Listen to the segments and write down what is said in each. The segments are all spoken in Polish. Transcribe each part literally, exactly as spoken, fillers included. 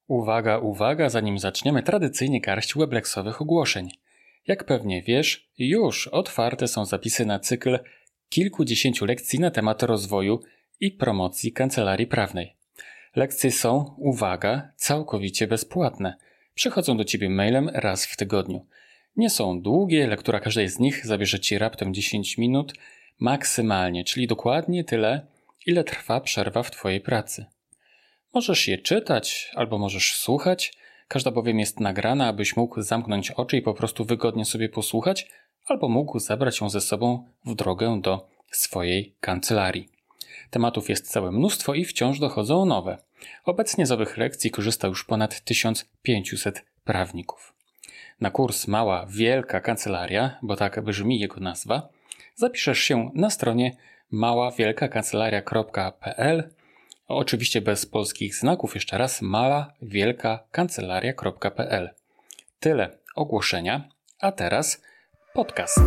Uwaga, uwaga, zanim zaczniemy tradycyjnie garść webleksowych ogłoszeń. Jak pewnie wiesz, już otwarte są zapisy na cykl kilkudziesięciu lekcji na temat rozwoju i promocji kancelarii prawnej. Lekcje są, uwaga, całkowicie bezpłatne. Przychodzą do Ciebie mailem raz w tygodniu. Nie są długie, lektura każdej z nich zabierze Ci raptem dziesięć minut maksymalnie, czyli dokładnie tyle, ile trwa przerwa w Twojej pracy. Możesz je czytać albo możesz słuchać, każda bowiem jest nagrana, abyś mógł zamknąć oczy i po prostu wygodnie sobie posłuchać, albo mógł zabrać ją ze sobą w drogę do swojej kancelarii. Tematów jest całe mnóstwo i wciąż dochodzą nowe. Obecnie z owych lekcji korzysta już ponad tysiąc pięćset prawników. Na kurs Mała Wielka Kancelaria, bo tak brzmi jego nazwa, zapiszesz się na stronie mała wielka kancelaria kropka p l. Oczywiście bez polskich znaków, jeszcze raz mała wielka kancelaria kropka p l. Tyle ogłoszenia, a teraz podcast.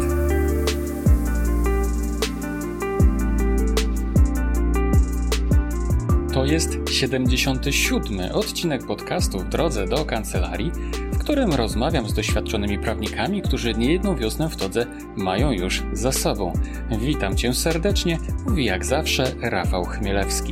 To jest siedemdziesiąty siódmy odcinek podcastu W drodze do kancelarii, w którym rozmawiam z doświadczonymi prawnikami, którzy niejedną wiosnę w todze mają już za sobą. Witam Cię serdecznie, mówi jak zawsze Rafał Chmielewski.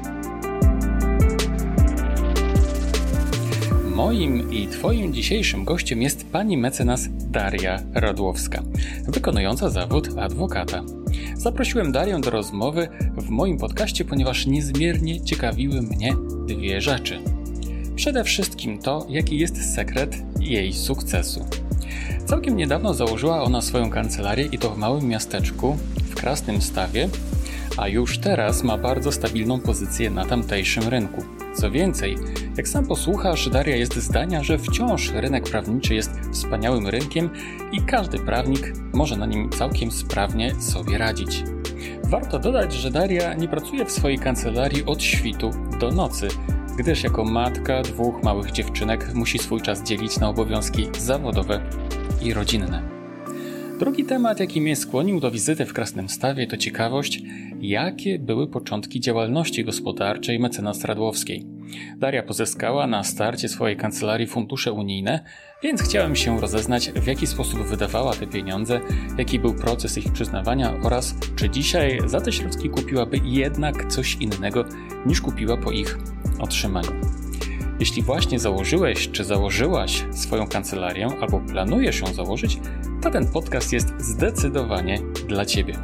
Moim i Twoim dzisiejszym gościem jest pani mecenas Daria Radłowska, wykonująca zawód adwokata. Zaprosiłem Darię do rozmowy w moim podcaście, ponieważ niezmiernie ciekawiły mnie dwie rzeczy. Przede wszystkim to, jaki jest sekret jej sukcesu. Całkiem niedawno założyła ona swoją kancelarię i to w małym miasteczku w Krasnym Stawie, a już teraz ma bardzo stabilną pozycję na tamtejszym rynku. Co więcej, jak sam posłuchasz, Daria jest zdania, że wciąż rynek prawniczy jest wspaniałym rynkiem i każdy prawnik może na nim całkiem sprawnie sobie radzić. Warto dodać, że Daria nie pracuje w swojej kancelarii od świtu do nocy, gdyż jako matka dwóch małych dziewczynek musi swój czas dzielić na obowiązki zawodowe i rodzinne. Drugi temat, jaki mnie skłonił do wizyty w Krasnym Stawie, to ciekawość, jakie były początki działalności gospodarczej mecenas Radłowskiej. Daria pozyskała na starcie swojej kancelarii fundusze unijne, więc chciałem się rozeznać, w jaki sposób wydawała te pieniądze, jaki był proces ich przyznawania oraz czy dzisiaj za te środki kupiłaby jednak coś innego niż kupiła po ich otrzymaniu. Jeśli właśnie założyłeś czy założyłaś swoją kancelarię albo planujesz ją założyć, to ten podcast jest zdecydowanie dla Ciebie.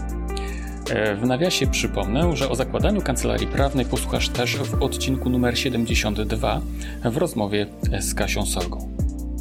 W nawiasie przypomnę, że o zakładaniu kancelarii prawnej posłuchasz też w odcinku numer siedemdziesiątym drugim w rozmowie z Kasią Solgą.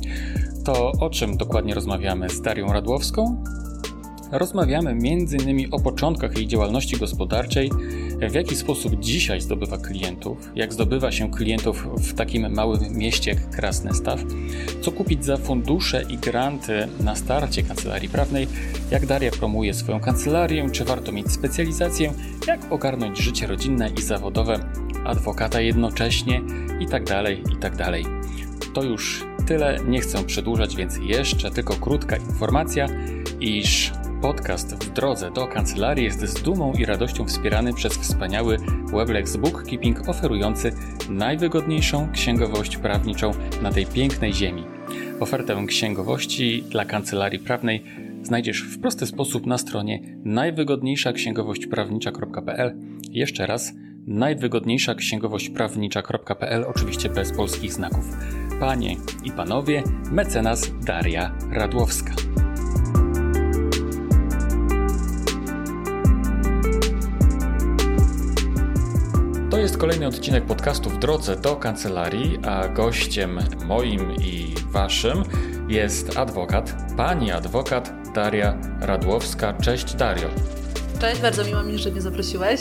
To o czym dokładnie rozmawiamy z Darią Radłowską? Rozmawiamy między innymi o początkach jej działalności gospodarczej, w jaki sposób dzisiaj zdobywa klientów, jak zdobywa się klientów w takim małym mieście jak Krasny Staw, co kupić za fundusze i granty na starcie kancelarii prawnej, jak Daria promuje swoją kancelarię, czy warto mieć specjalizację, jak ogarnąć życie rodzinne i zawodowe adwokata jednocześnie itd., itd. To już tyle, nie chcę przedłużać, więc jeszcze tylko krótka informacja, iż podcast W drodze do kancelarii jest z dumą i radością wspierany przez wspaniały Weblex Bookkeeping oferujący najwygodniejszą księgowość prawniczą na tej pięknej ziemi. Ofertę księgowości dla kancelarii prawnej znajdziesz w prosty sposób na stronie najwygodniejsza księgowość prawnicza kropka p l. Jeszcze raz najwygodniejsza księgowość prawnicza kropka p l, oczywiście bez polskich znaków. Panie i panowie, mecenas Daria Radłowska. To jest kolejny odcinek podcastu W drodze do kancelarii, a gościem moim i waszym jest adwokat, pani adwokat Daria Radłowska. Cześć Dario. Cześć, bardzo miło mi, że mnie zaprosiłeś.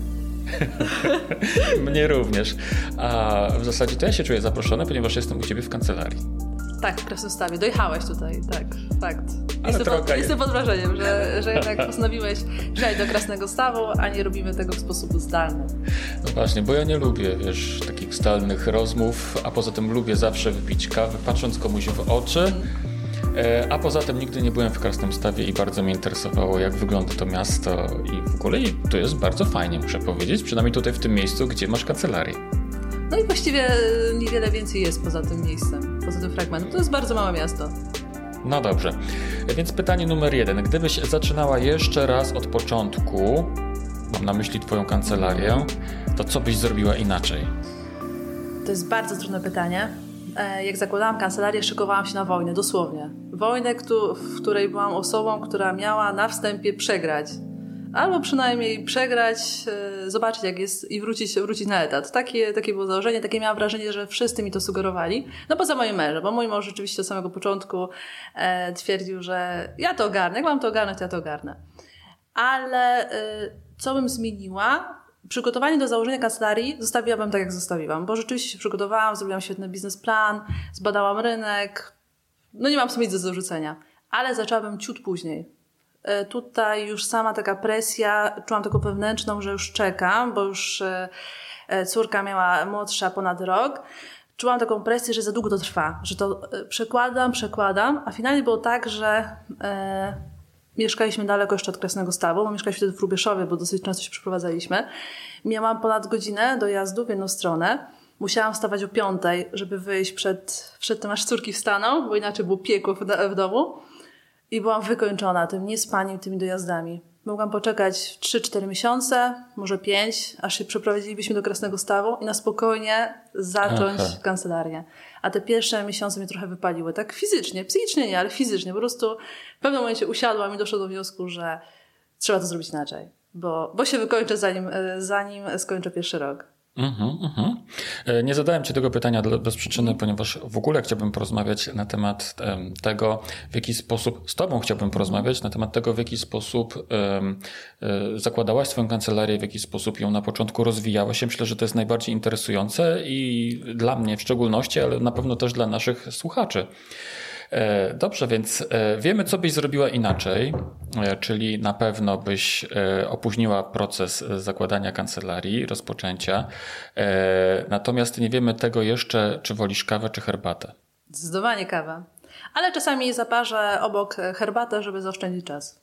Mnie również. A w zasadzie to ja się czuję zaproszony, ponieważ jestem u ciebie w kancelarii. Tak, w Krasnym Stawie. Dojechałeś tutaj, tak, fakt. Ale jestem, pod, jest... jestem pod wrażeniem, że, że jednak postanowiłeś jechać do Krasnego Stawu, a nie robimy tego w sposób zdalny. No właśnie, bo ja nie lubię, wiesz, takich zdalnych rozmów, a poza tym lubię zawsze wypić kawę, patrząc komuś w oczy. Mm. A poza tym nigdy nie byłem w Krasnym Stawie i bardzo mnie interesowało, jak wygląda to miasto i w ogóle i to jest bardzo fajnie, muszę powiedzieć, przynajmniej tutaj w tym miejscu, gdzie masz kancelarię. No i właściwie niewiele więcej jest poza tym miejscem, poza tym fragmentem. To jest bardzo małe miasto. No dobrze, więc pytanie numer jeden. Gdybyś zaczynała jeszcze raz od początku, mam na myśli twoją kancelarię, to co byś zrobiła inaczej? To jest bardzo trudne pytanie. Jak zakładałam kancelarię, szykowałam się na wojnę, dosłownie. Wojnę, w której byłam osobą, która miała na wstępie przegrać. Albo przynajmniej przegrać, zobaczyć jak jest i wrócić, wrócić na etat. Takie, takie było założenie, takie miałam wrażenie, że wszyscy mi to sugerowali. No poza moim mężem, bo mój mąż rzeczywiście od samego początku e, twierdził, że ja to ogarnę, jak mam to ogarnąć, to ja to ogarnę. Ale e, co bym zmieniła? Przygotowanie do założenia kancelarii zostawiłabym tak, jak zostawiłam, bo rzeczywiście się przygotowałam, zrobiłam świetny biznesplan, zbadałam rynek, no nie mam w sumie nic do zarzucenia, ale zaczęłabym ciut później. Tutaj już sama taka presja, czułam taką wewnętrzną, że już czekam, bo już córka miała młodsza ponad rok. Czułam taką presję, że za długo to trwa, że to przekładam, przekładam, a finalnie było tak, że e, mieszkaliśmy daleko jeszcze od Krasnego Stawu, bo mieszkaliśmy wtedy w Hrubieszowie, bo dosyć często się przeprowadzaliśmy. Miałam ponad godzinę dojazdu w jedną stronę. Musiałam wstawać o piątej, żeby wyjść przed, przed tym, aż córki wstaną, bo inaczej było piekło w, w domu. I byłam wykończona tym niespaniem, tymi dojazdami. Mogłam poczekać trzy cztery miesiące, może pięć, aż się przeprowadzilibyśmy do Krasnego Stawu i na spokojnie zacząć Aha. kancelarię. A te pierwsze miesiące mnie trochę wypaliły. Tak fizycznie, psychicznie nie, ale fizycznie. Po prostu w pewnym momencie usiadłam i doszło do wniosku, że trzeba to zrobić inaczej. Bo, bo się wykończę zanim, zanim skończę pierwszy rok. Mhm, mhm. Nie zadałem ci tego pytania bez przyczyny, ponieważ w ogóle chciałbym porozmawiać na temat tego, w jaki sposób, z tobą chciałbym porozmawiać na temat tego, w jaki sposób um, zakładałaś swoją kancelarię, w jaki sposób ją na początku rozwijałaś. Ja myślę, że to jest najbardziej interesujące i dla mnie w szczególności, ale na pewno też dla naszych słuchaczy. Dobrze, więc wiemy, co byś zrobiła inaczej, czyli na pewno byś opóźniła proces zakładania kancelarii, rozpoczęcia. Natomiast nie wiemy tego jeszcze, czy wolisz kawę, czy herbatę. Zdecydowanie kawę. Ale czasami zaparzę obok herbatę, żeby zaoszczędzić czas.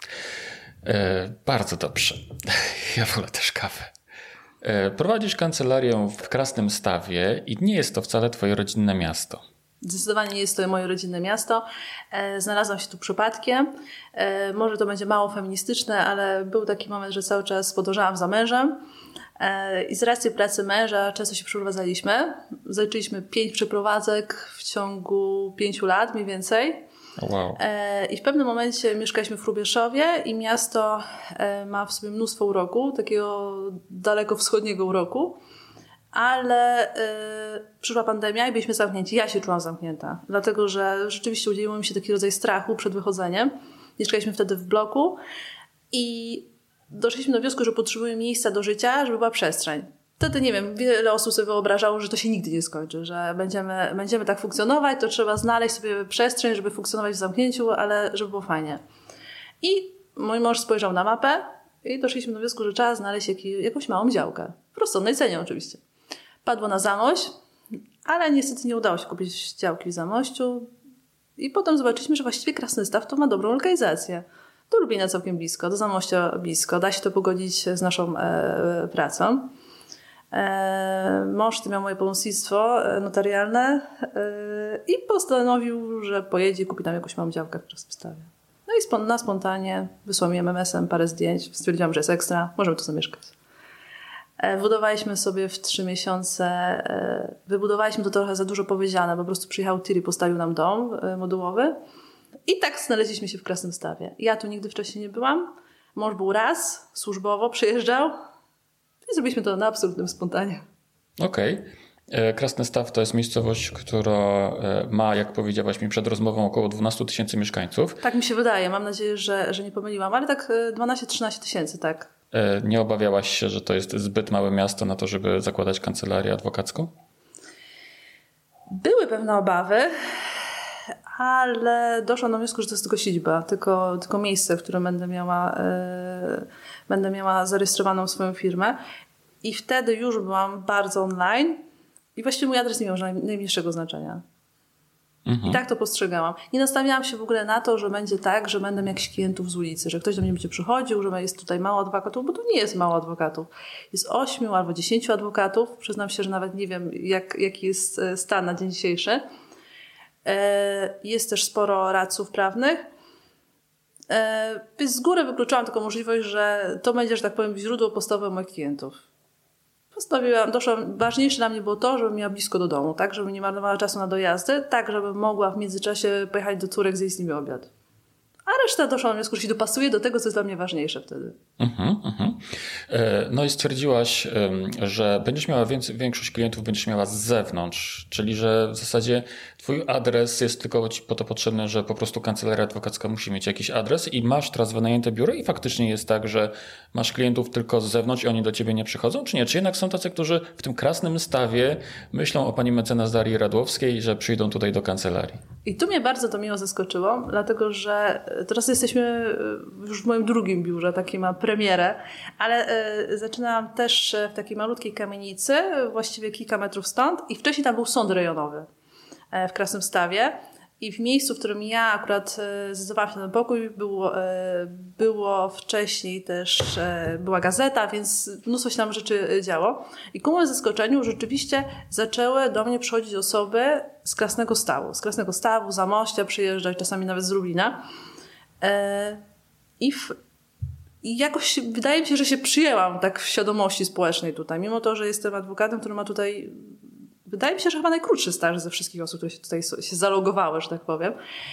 Bardzo dobrze. Ja wolę też kawę. Prowadzisz kancelarię w Krasnym Stawie i nie jest to wcale twoje rodzinne miasto. Zdecydowanie nie jest to moje rodzinne miasto. Znalazłam się tu przypadkiem. Może to będzie mało feministyczne, ale był taki moment, że cały czas podążałam za mężem i z racji pracy męża często się przeprowadzaliśmy. Zaliczyliśmy pięć przeprowadzek w ciągu pięciu lat mniej więcej. Wow. I w pewnym momencie mieszkaliśmy w Hrubieszowie i miasto ma w sobie mnóstwo uroku, takiego daleko wschodniego uroku. Ale y, przyszła pandemia i byliśmy zamknięci. Ja się czułam zamknięta, dlatego że rzeczywiście udzieliło mi się taki rodzaj strachu przed wychodzeniem. Mieszkaliśmy wtedy w bloku i doszliśmy do wniosku, że potrzebujemy miejsca do życia, żeby była przestrzeń. Wtedy, nie wiem, wiele osób sobie wyobrażało, że to się nigdy nie skończy, że będziemy, będziemy tak funkcjonować, to trzeba znaleźć sobie przestrzeń, żeby funkcjonować w zamknięciu, ale żeby było fajnie. I mój mąż spojrzał na mapę i doszliśmy do wniosku, że trzeba znaleźć jakiś, jakąś małą działkę. W rozsądnej cenie oczywiście. Padło na Zamość, ale niestety nie udało się kupić działki w Zamościu. I potem zobaczyliśmy, że właściwie Krasny Staw to ma dobrą lokalizację. Do Lublina całkiem blisko, do Zamościa blisko. Da się to pogodzić z naszą e, pracą. E, mąż miał moje pomocnictwo notarialne e, i postanowił, że pojedzie i kupi tam jakąś małą działkę w Krasnym Stawie. No i spon- na spontanie wysłał mi em em esem parę zdjęć. Stwierdziłam, że jest ekstra, możemy tu zamieszkać. Wybudowaliśmy sobie w trzy miesiące, wybudowaliśmy to trochę za dużo powiedziane, po prostu przyjechał tir i postawił nam dom modułowy i tak znaleźliśmy się w Krasnym Stawie. Ja tu nigdy wcześniej nie byłam, mąż był raz, służbowo przyjeżdżał i zrobiliśmy to na absolutnym spontanie. Okej. Okay. Krasny Staw to jest miejscowość, która ma, jak powiedziałaś mi przed rozmową, około dwanaście tysięcy mieszkańców. Tak mi się wydaje, mam nadzieję, że, że nie pomyliłam, ale tak dwanaście trzynaście tysięcy, tak. Nie obawiałaś się, że to jest zbyt małe miasto na to, żeby zakładać kancelarię adwokacką? Były pewne obawy, ale doszłam do wniosku, że to jest tylko siedziba, tylko, tylko miejsce, w którym będę miała, yy, będę miała zarejestrowaną swoją firmę. I wtedy już byłam bardzo online i właściwie mój adres nie miał najmniejszego znaczenia. Mhm. I tak to postrzegałam. Nie nastawiałam się w ogóle na to, że będzie tak, że będę miał jakichś klientów z ulicy, że ktoś do mnie będzie przychodził, że jest tutaj mało adwokatów, bo to nie jest mało adwokatów. Jest ośmiu albo dziesięciu adwokatów. Przyznam się, że nawet nie wiem, jak, jaki jest stan na dzień dzisiejszy. Jest też sporo radców prawnych. Więc z góry wykluczałam tylko możliwość, że to będzie, że tak powiem, źródło podstawowe moich klientów. Postanowiłam, doszłam, ważniejsze dla mnie było to, żebym miała blisko do domu, tak, żeby nie marnowała czasu na dojazdy, tak, żebym mogła w międzyczasie pojechać do córek, zjeść z nimi obiad. A reszta doszła do wniosku, że się dopasuje do tego, co jest dla mnie ważniejsze wtedy. Uh-huh, uh-huh. No i stwierdziłaś, że będziesz miała więcej, większość klientów będziesz miała z zewnątrz, czyli że w zasadzie twój adres jest tylko ci po to potrzebny, że po prostu kancelaria adwokacka musi mieć jakiś adres i masz teraz wynajęte biuro i faktycznie jest tak, że masz klientów tylko z zewnątrz i oni do ciebie nie przychodzą, czy nie? Czy jednak są tacy, którzy w tym krasnym stawie myślą o pani mecenas Darii Radłowskiej, że przyjdą tutaj do kancelarii? I tu mnie bardzo to miło zaskoczyło, dlatego że teraz jesteśmy już w moim drugim biurze, takie ma premierę, ale y, zaczynałam też w takiej malutkiej kamienicy, właściwie kilka metrów stąd i wcześniej tam był sąd rejonowy y, w Krasnymstawie i w miejscu, w którym ja akurat y, zdecydowałam się na ten pokój, było, y, było wcześniej też, y, była gazeta, więc mnóstwo się tam rzeczy działo i ku mojemu zaskoczeniu rzeczywiście zaczęły do mnie przychodzić osoby z Krasnego Stawu, z Krasnego Stawu, Zamościa przyjeżdżać, czasami nawet z Lublina. I, w, I jakoś wydaje mi się, że się przyjęłam tak w świadomości społecznej tutaj, mimo to, że jestem adwokatem, który ma tutaj, wydaje mi się, że chyba najkrótszy staż ze wszystkich osób, które się tutaj się zalogowały, że tak powiem.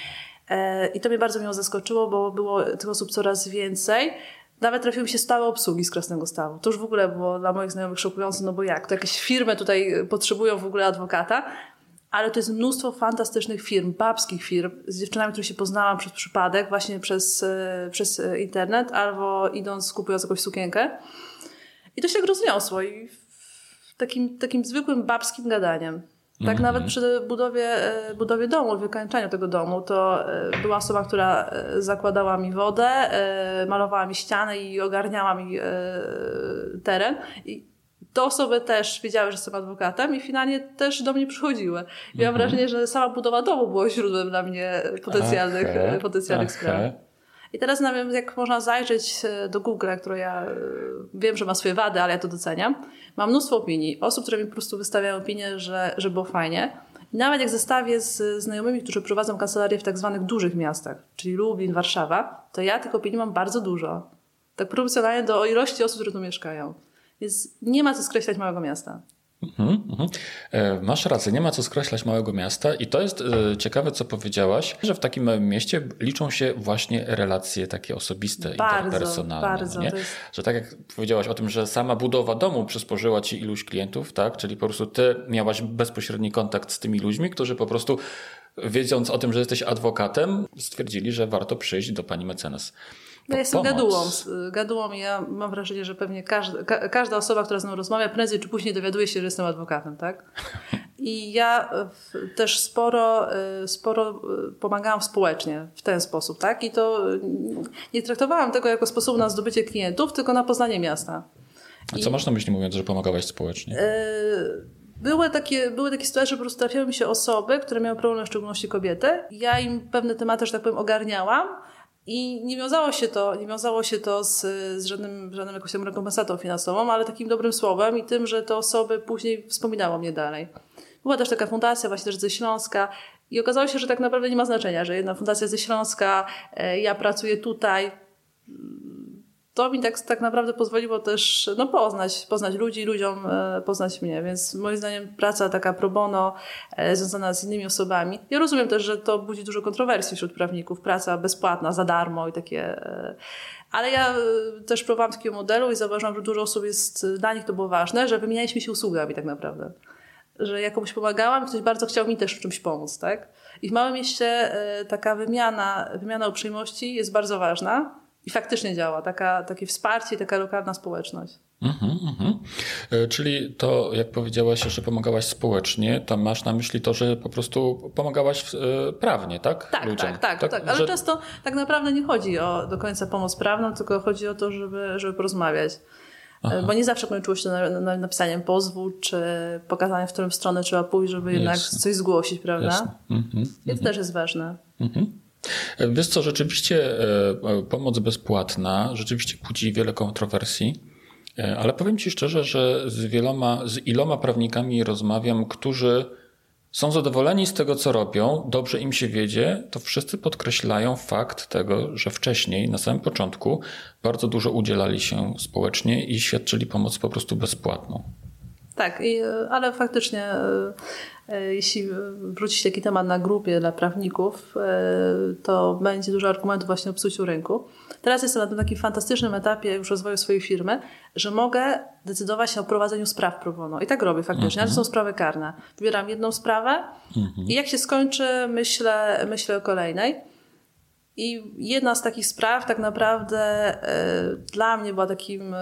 I to mnie bardzo miło zaskoczyło, bo było tych osób coraz więcej. Nawet trafiły mi się stałe obsługi z Krasnego Stawu. To już w ogóle było dla moich znajomych szokujące, no bo jak? To jakieś firmy tutaj potrzebują w ogóle adwokata, ale to jest mnóstwo fantastycznych firm, babskich firm, z dziewczynami, które się poznałam przez przypadek, właśnie przez, przez internet, albo idąc, kupując jakąś sukienkę. I to się tak rozniosło i takim, takim zwykłym babskim gadaniem. Tak mm-hmm. nawet przy budowie, budowie domu, wykańczaniu tego domu, to była osoba, która zakładała mi wodę, malowała mi ścianę i ogarniała mi teren. I te osoby też wiedziały, że jestem adwokatem i finalnie też do mnie przychodziły. I mm-hmm. mam wrażenie, że sama budowa domu była źródłem dla mnie potencjalnych, aha, potencjalnych aha. spraw. I teraz nie wiem, jak można zajrzeć do Google, które ja wiem, że ma swoje wady, ale ja to doceniam. Mam mnóstwo opinii. Osób, które mi po prostu wystawiają opinię, że, że było fajnie. I nawet jak zestawię z znajomymi, którzy prowadzą kancelarię w tak zwanych dużych miastach, czyli Lublin, Warszawa, to ja tych opinii mam bardzo dużo. Tak proporcjonalnie do ilości osób, które tu mieszkają. Więc nie ma co skreślać małego miasta. Mhm, mhm. Masz rację, nie ma co skreślać małego miasta i to jest ciekawe, co powiedziałaś, że w takim małym mieście liczą się właśnie relacje takie osobiste, bardzo, interpersonalne. Bardzo, nie? jest... Że tak jak powiedziałaś o tym, że sama budowa domu przysporzyła ci iluś klientów, tak? Czyli po prostu ty miałaś bezpośredni kontakt z tymi ludźmi, którzy po prostu wiedząc o tym, że jesteś adwokatem, stwierdzili, że warto przyjść do pani mecenas. Ja jestem gadułą. gadułą i ja mam wrażenie, że pewnie każda, ka, każda osoba, która z mną rozmawia, prędzej czy później dowiaduje się, że jestem adwokatem, tak? I ja też sporo, sporo pomagałam społecznie w ten sposób, tak? I to nie traktowałam tego jako sposobu na zdobycie klientów, tylko na poznanie miasta. A co I, masz na myśli, mówiąc, że pomagałaś społecznie? Yy, Były takie, były takie sytuacje, że po prostu trafiały mi się osoby, które miały problem, w szczególności kobiety. Ja im pewne tematy, że tak powiem, ogarniałam. I nie wiązało się to, nie wiązało się to z, z żadnym, żadnym jakąś tam rekompensatą finansową, ale takim dobrym słowem i tym, że te osoby później wspominały mnie dalej. Była też taka fundacja właśnie też ze Śląska i okazało się, że tak naprawdę nie ma znaczenia, że jedna fundacja ze Śląska, ja pracuję tutaj. To mi tak, tak naprawdę pozwoliło też no, poznać, poznać ludzi, ludziom e, poznać mnie, więc moim zdaniem praca taka pro bono e, związana z innymi osobami. Ja rozumiem też, że to budzi dużo kontrowersji wśród prawników, praca bezpłatna, za darmo i takie... E, ale ja e, też próbowałam takiego modelu i zauważyłam, że dużo osób jest, dla nich to było ważne, że wymienialiśmy się usługami tak naprawdę. Że ja komuś pomagałam, ktoś bardzo chciał mi też w czymś pomóc, tak? I w małym mieście e, taka wymiana, wymiana uprzejmości jest bardzo ważna. I faktycznie działa. Taka, takie wsparcie, taka lokalna społeczność. Mhm, mhm. Czyli to, jak powiedziałaś, że pomagałaś społecznie, to masz na myśli to, że po prostu pomagałaś prawnie, tak? Tak, ludziom. tak, tak, tak, tak. Ale że... często tak naprawdę nie chodzi o do końca pomoc prawną, tylko chodzi o to, żeby, żeby porozmawiać. Aha. Bo nie zawsze kończyło się to na, na, napisaniem pozwu, czy pokazaniem, w którą stronę trzeba pójść, żeby jednak Jasne. coś zgłosić, prawda? Mhm. I to też jest ważne. Mhm. Wiesz co, rzeczywiście pomoc bezpłatna rzeczywiście budzi wiele kontrowersji, ale powiem Ci szczerze, że z wieloma, z iloma prawnikami rozmawiam, którzy są zadowoleni z tego, co robią, dobrze im się wiedzie, to wszyscy podkreślają fakt tego, że wcześniej, na samym początku, bardzo dużo udzielali się społecznie i świadczyli pomoc po prostu bezpłatną. Tak, i, ale faktycznie jeśli wróci taki temat na grupie dla prawników, to będzie dużo argumentów właśnie o psuciu rynku. Teraz jestem na tym takim fantastycznym etapie już rozwoju swojej firmy, że mogę decydować się o prowadzeniu spraw pro bono. I tak robię faktycznie, ale to są sprawy karne. Wybieram jedną sprawę i jak się skończy, myślę, myślę o kolejnej. I jedna z takich spraw tak naprawdę y, dla mnie była takim, y,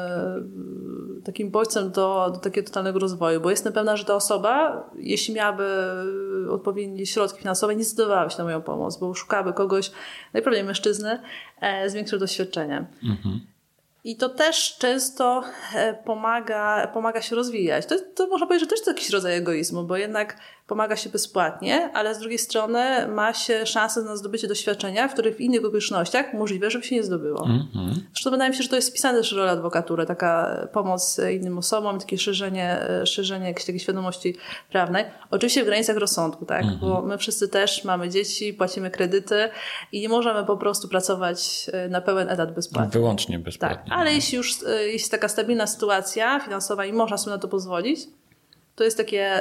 takim bodźcem do, do takiego totalnego rozwoju, bo jestem pewna, że ta osoba, jeśli miałaby odpowiednie środki finansowe, nie zdecydowałaby się na moją pomoc, bo szukałaby kogoś, najprawdopodobniej mężczyzny, e, z większym doświadczeniem. Mhm. I to też często pomaga, pomaga się rozwijać. To, to można powiedzieć, że też to jakiś rodzaj egoizmu, bo jednak pomaga się bezpłatnie, ale z drugiej strony ma się szansę na zdobycie doświadczenia, w których w innych okolicznościach możliwe, żeby się nie zdobyło. Mm-hmm. Zresztą wydaje mi się, że to jest wpisane też w rolę adwokatury, taka pomoc innym osobom, takie szerzenie, szerzenie jakiejś takiej świadomości prawnej. Oczywiście w granicach rozsądku, tak? Mm-hmm. Bo my wszyscy też mamy dzieci, płacimy kredyty i nie możemy po prostu pracować na pełen etat bezpłatnie. Wyłącznie bezpłatnie. Tak, ale jeśli już jest taka stabilna sytuacja finansowa i można sobie na to pozwolić, to jest takie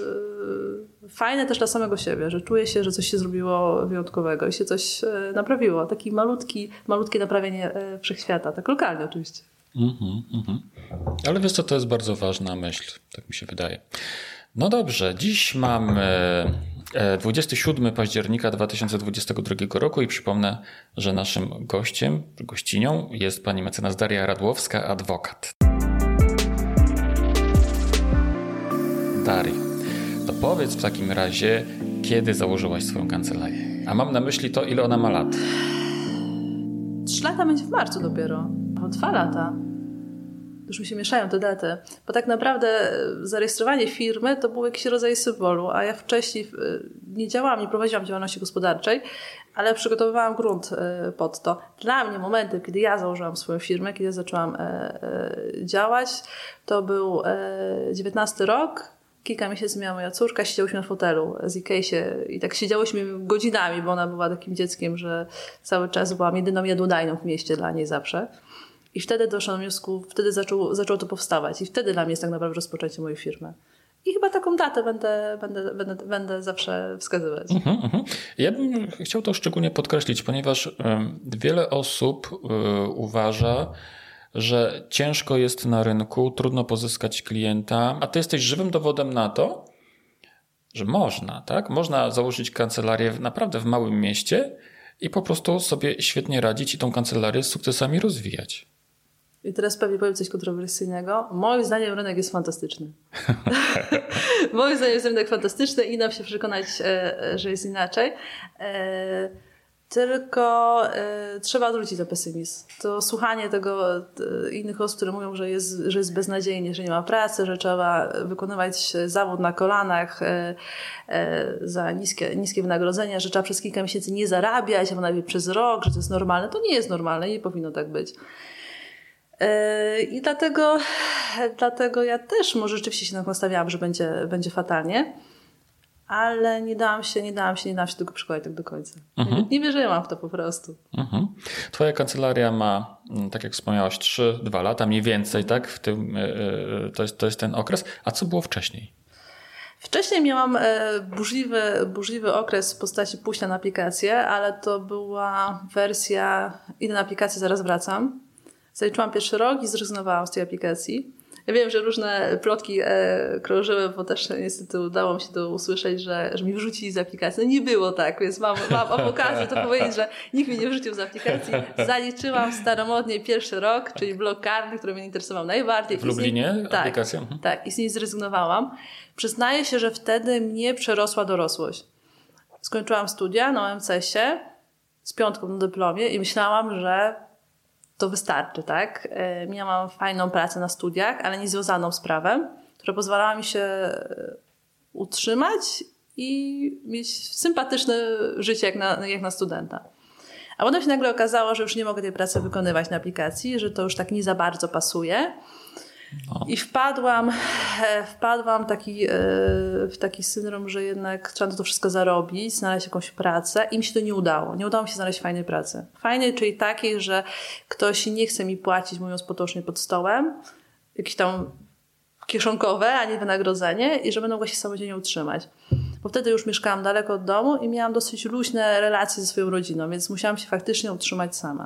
yy, fajne też dla samego siebie, że czuje się, że coś się zrobiło wyjątkowego i się coś yy, naprawiło. Taki malutki, malutkie naprawienie yy, wszechświata, tak lokalnie oczywiście. Mm-hmm, mm-hmm. Ale wiesz co, to jest bardzo ważna myśl, tak mi się wydaje. No dobrze, dziś mamy dwudziestego siódmego października dwa tysiące dwudziestego drugiego roku i przypomnę, że naszym gościem, gościnią jest pani mecenas Daria Radłowska, adwokat. Dario, to powiedz w takim razie, kiedy założyłaś swoją kancelarię? A mam na myśli to, ile ona ma lat. Trzy lata będzie w marcu dopiero. O dwa lata. Już mi się mieszają te daty. Bo tak naprawdę zarejestrowanie firmy to był jakiś rodzaj symbolu, a ja wcześniej nie działałam, nie prowadziłam działalności gospodarczej, ale przygotowywałam grunt pod to. Dla mnie momentem, kiedy ja założyłam swoją firmę, kiedy ja zaczęłam działać, to był dziewiętnasty rok. Kilka miesięcy miała moja córka, siedziałyśmy na fotelu z Ikei i tak siedziałyśmy godzinami, bo ona była takim dzieckiem, że cały czas byłam jedyną jadłodajną w mieście dla niej zawsze. I wtedy doszłam do wniosku, wtedy zaczęło, zaczęło to powstawać i wtedy dla mnie jest tak naprawdę rozpoczęcie mojej firmy. I chyba taką datę będę, będę, będę, będę zawsze wskazywać. Uh-huh, uh-huh. Ja bym chciał to szczególnie podkreślić, ponieważ um, wiele osób um, uważa, że ciężko jest na rynku, trudno pozyskać klienta, a ty jesteś żywym dowodem na to, że można, tak? Można założyć kancelarię naprawdę w małym mieście i po prostu sobie świetnie radzić i tą kancelarię z sukcesami rozwijać. I teraz pewnie powiem coś kontrowersyjnego. Moim zdaniem rynek jest fantastyczny. Moim zdaniem jest rynek fantastyczny i nam się przekonać, że jest inaczej. Tylko y, trzeba odwrócić ten pesymizm. To słuchanie tego y, innych osób, które mówią, że jest, że jest beznadziejnie, że nie ma pracy, że trzeba wykonywać zawód na kolanach y, y, za niskie, niskie wynagrodzenia, że trzeba przez kilka miesięcy nie zarabiać, a nawet przez rok, że to jest normalne. To nie jest normalne, nie powinno tak być. Y, I dlatego, dlatego ja też może rzeczywiście się nastawiałam, że będzie, będzie fatalnie. Ale nie dałam się, nie dałam się, nie dałam się tego przekonać tak do końca. Mhm. Nie wierzyłam w to po prostu. Mhm. Twoja kancelaria ma, tak jak wspomniałaś, trzy dwa lata, mniej więcej, tak? W tym, to jest, to jest ten okres. A co było wcześniej? Wcześniej miałam burzliwy, burzliwy okres w postaci pójścia na aplikację, ale to była wersja idę na aplikację, zaraz wracam. Zaliczyłam pierwszy rok i zrezygnowałam z tej aplikacji. Ja wiem, że różne plotki e, krążyły, bo też niestety udało mi się to usłyszeć, że, że mi wyrzucili z aplikacji. No nie było tak, więc mam, mam okazję to powiedzieć, że nikt mnie nie wyrzucił z aplikacji. Zaliczyłam staromodnie pierwszy rok, czyli blok karny, który mnie interesował najbardziej. W Lublinie tak, aplikacja? Mhm. Tak, i z niej zrezygnowałam. Przyznaję się, że wtedy mnie przerosła dorosłość. Skończyłam studia na O M C S ie z piątką na dyplomie i myślałam, że to wystarczy, tak? Miałam fajną pracę na studiach, ale niezwiązaną z prawem, która pozwalała mi się utrzymać i mieć sympatyczne życie jak na, jak na studenta. A potem się nagle okazało, że już nie mogę tej pracy wykonywać na aplikacji, że to już tak nie za bardzo pasuje. No. I wpadłam, wpadłam taki, w taki syndrom, że jednak trzeba to wszystko zarobić, znaleźć jakąś pracę i mi się to nie udało. Nie udało mi się znaleźć fajnej pracy. Fajnej, czyli takiej, że ktoś nie chce mi płacić, mówiąc potocznie, pod stołem, jakieś tam kieszonkowe, a nie wynagrodzenie i że będę mogła się samodzielnie utrzymać. Bo wtedy już mieszkałam daleko od domu i miałam dosyć luźne relacje ze swoją rodziną, więc musiałam się faktycznie utrzymać sama.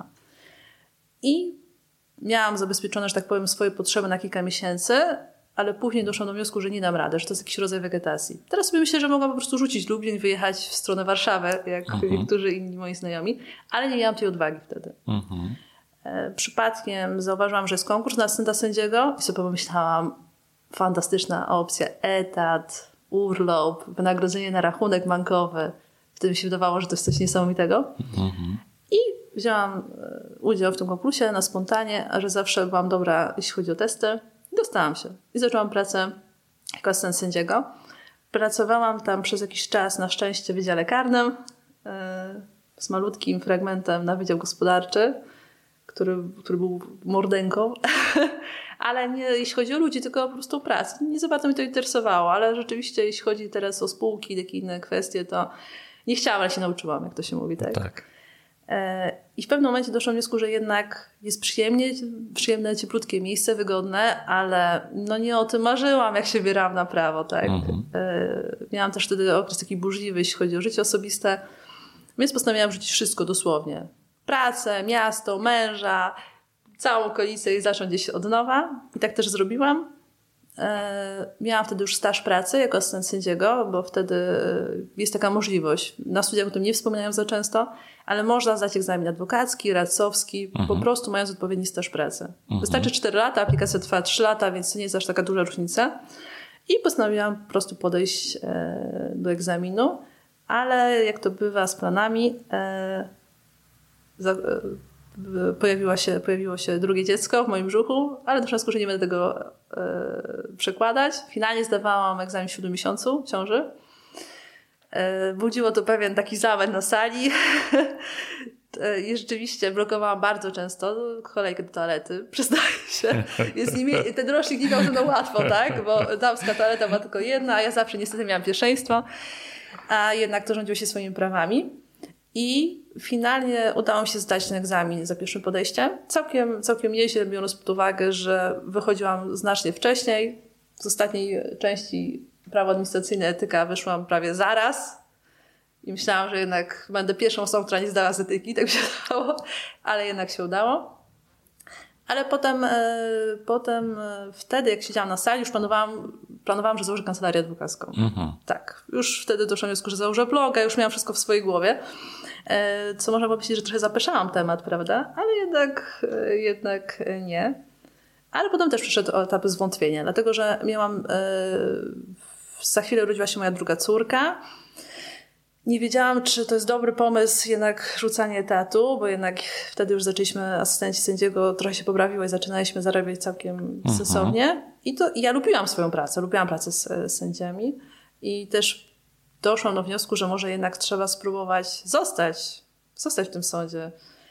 I miałam zabezpieczone, że tak powiem, swoje potrzeby na kilka miesięcy, ale później doszłam do wniosku, że nie dam rady, że to jest jakiś rodzaj wegetacji. Teraz sobie myślę, że mogłam po prostu rzucić Lublin, wyjechać w stronę Warszawy, jak uh-huh. niektórzy inni moi znajomi, ale nie miałam tej odwagi wtedy. Uh-huh. Przypadkiem zauważyłam, że jest konkurs na asystenta sędziego i sobie pomyślałam, fantastyczna opcja, etat, urlop, wynagrodzenie na rachunek bankowy. Wtedy mi się wydawało, że to jest coś niesamowitego. Uh-huh. I wzięłam udział w tym konkursie na spontanie, a że zawsze byłam dobra, jeśli chodzi o testy. I dostałam się. I zaczęłam pracę jako asystent sędziego. Pracowałam tam przez jakiś czas, na szczęście, w wydziale karnym yy, z malutkim fragmentem na wydział gospodarczy, który, który był mordęką. Ale nie jeśli chodzi o ludzi, tylko po prostu o pracę. Nie za bardzo mnie to interesowało, ale rzeczywiście jeśli chodzi teraz o spółki i takie inne kwestie, to nie chciałam, ale się nauczyłam, jak to się mówi, tak? Tak. I w pewnym momencie doszłam do wniosku, że jednak jest przyjemnie, przyjemne, cieplutkie miejsce, wygodne, ale no nie o tym marzyłam, jak się wybierałam na prawo, tak? Mhm. Miałam też wtedy okres taki burzliwy, jeśli chodzi o życie osobiste, więc postanowiłam rzucić wszystko dosłownie. Pracę, miasto, męża, całą okolicę i zacząć gdzieś od nowa. I tak też zrobiłam. Miałam wtedy już staż pracy jako asystent sędziego, bo wtedy jest taka możliwość. Na studiach o tym nie wspominają za często, ale można zdać egzamin adwokacki, radcowski, mhm. po prostu mając odpowiedni staż pracy. Mhm. Wystarczy cztery lata, aplikacja trwa trzy lata, więc to nie jest aż taka duża różnica. I postanowiłam po prostu podejść do egzaminu, ale jak to bywa z planami, Pojawiła się, pojawiło się drugie dziecko w moim brzuchu, ale do wniosku, że nie będę tego e, przekładać. Finalnie zdawałam egzamin w siódmym miesiącu ciąży. E, budziło to pewien taki zamęt na sali. I rzeczywiście blokowałam bardzo często kolejkę do toalety, przyznaję się. Więc nie mie- ten rocznik nie miał ze mną łatwo, tak? Bo damska toaleta była tylko jedna, a ja zawsze niestety miałam pierwszeństwo, a jednak to rządziło się swoimi prawami. I finalnie udało mi się zdać ten egzamin za pierwszym podejściem. Całkiem, całkiem nieźle, biorąc pod uwagę, że wychodziłam znacznie wcześniej. Z ostatniej części prawo administracyjne, etyka wyszłam prawie zaraz. I myślałam, że jednak będę pierwszą osobą, która nie zdała z etyki, tak mi się udało, ale jednak się udało. Ale potem, e, potem e, wtedy, jak siedziałam na sali, już planowałam, planowałam, że założę kancelarię adwokacką. Mhm. Tak, już wtedy doszłam do wniosku, że założę bloga, już miałam wszystko w swojej głowie. E, co można powiedzieć, że trochę zapeszałam temat, prawda? Ale jednak, e, jednak nie. Ale potem też przyszedł etap zwątpienia, dlatego że miałam, e, za chwilę urodziła się moja druga córka. Nie wiedziałam, czy to jest dobry pomysł jednak rzucanie etatu, bo jednak wtedy już zaczęliśmy, asystenci sędziego trochę się poprawiło i zaczynaliśmy zarabiać całkiem mhm. sensownie. I to i ja lubiłam swoją pracę, lubiłam pracę z, z sędziami i też doszłam do wniosku, że może jednak trzeba spróbować zostać, zostać w tym sądzie.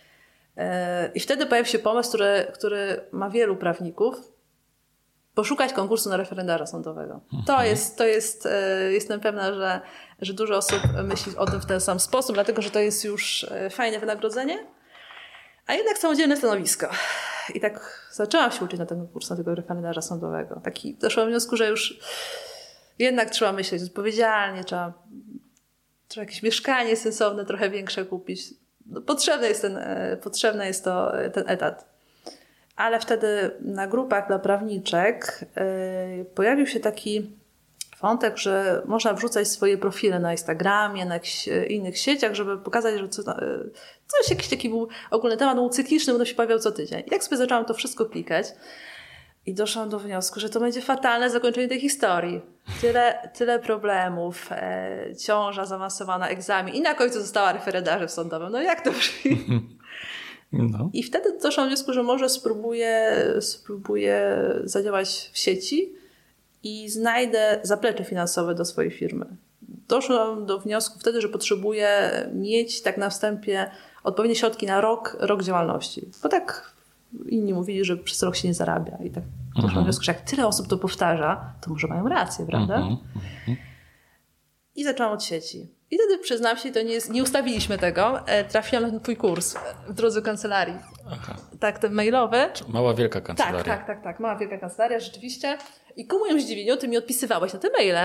I wtedy pojawił się pomysł, który, który ma wielu prawników, poszukać konkursu na referendarza sądowego. Mhm. To jest, to jest, jestem pewna, że, że dużo osób myśli o tym w ten sam sposób, dlatego, że to jest już fajne wynagrodzenie, a jednak samodzielne stanowisko. I tak zaczęłam się uczyć na ten konkurs, na tego referendarza sądowego. Taki doszłam do wniosku, że już jednak trzeba myśleć odpowiedzialnie, trzeba, trzeba jakieś mieszkanie sensowne, trochę większe kupić. No, potrzebny jest ten, potrzebny jest to, ten etat. Ale wtedy na grupach dla prawniczek yy, pojawił się taki wątek, że można wrzucać swoje profile na Instagramie, na jakichś innych sieciach, żeby pokazać, że coś, coś jakiś taki był ogólny temat, był cykliczny, bo to się pojawiał co tydzień. I jak sobie zaczęłam to wszystko klikać i doszłam do wniosku, że to będzie fatalne zakończenie tej historii. Tyle, tyle problemów, e, ciąża zaawansowana, egzamin i na końcu została referendarzem sądowym. No jak to brzmi? No. I wtedy doszłam do wniosku, że może spróbuję, spróbuję zadziałać w sieci i znajdę zaplecze finansowe do swojej firmy. Doszłam do wniosku wtedy, że potrzebuję mieć tak na wstępie odpowiednie środki na rok, rok działalności. Bo tak inni mówili, że przez rok się nie zarabia. I tak doszłam mm-hmm. do wniosku, że jak tyle osób to powtarza, to może mają rację, prawda? Mm-hmm. I zaczęłam od sieci. I wtedy, przyznam się, to nie, jest, nie ustawiliśmy tego. Trafiłam na ten twój kurs w drodze kancelarii. Aha. Tak, ten mailowy. Mała wielka kancelaria. Tak, tak, tak, tak. Mała wielka kancelaria, rzeczywiście. I ku mojemu zdziwieniu, ty mi odpisywałeś na te maile.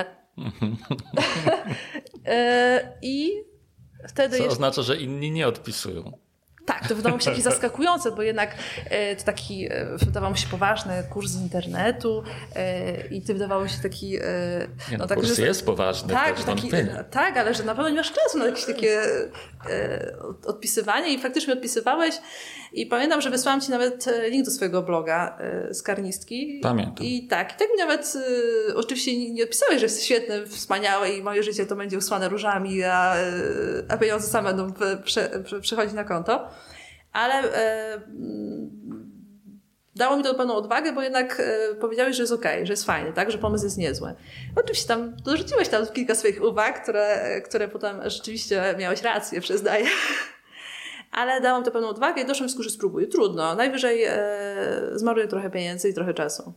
I wtedy... Co jeszcze... oznacza, że inni nie odpisują. Tak, to wydawało mi się takie zaskakujące, bo jednak e, to taki, e, wydawał mi się poważny kurs z internetu e, i ty wydawało się taki... E, nie, no, no, tak, kurs że, jest poważny, tak, też taki, tak, ale że na pewno nie masz czasu na jakieś takie e, odpisywanie i faktycznie odpisywałeś i pamiętam, że wysłałam ci nawet link do swojego bloga e, z karnistki. Pamiętam. I tak, i tak mi nawet e, oczywiście nie, nie odpisałeś, że jest świetny, wspaniały i moje życie to będzie usłane różami, a, a pieniądze same będą prze, prze, przechodzić na konto. Ale e, dało mi to pewną odwagę, bo jednak e, powiedziałeś, że jest okej, okay, że jest fajny, tak, że pomysł jest niezły. Oczywiście tam dorzuciłeś tam kilka swoich uwag, które, które potem rzeczywiście miałeś rację, przyznaję. Ale dało mi to pewną odwagę i doszłam do wniosku, że spróbuję. Trudno. Najwyżej e, zmarnuję trochę pieniędzy i trochę czasu.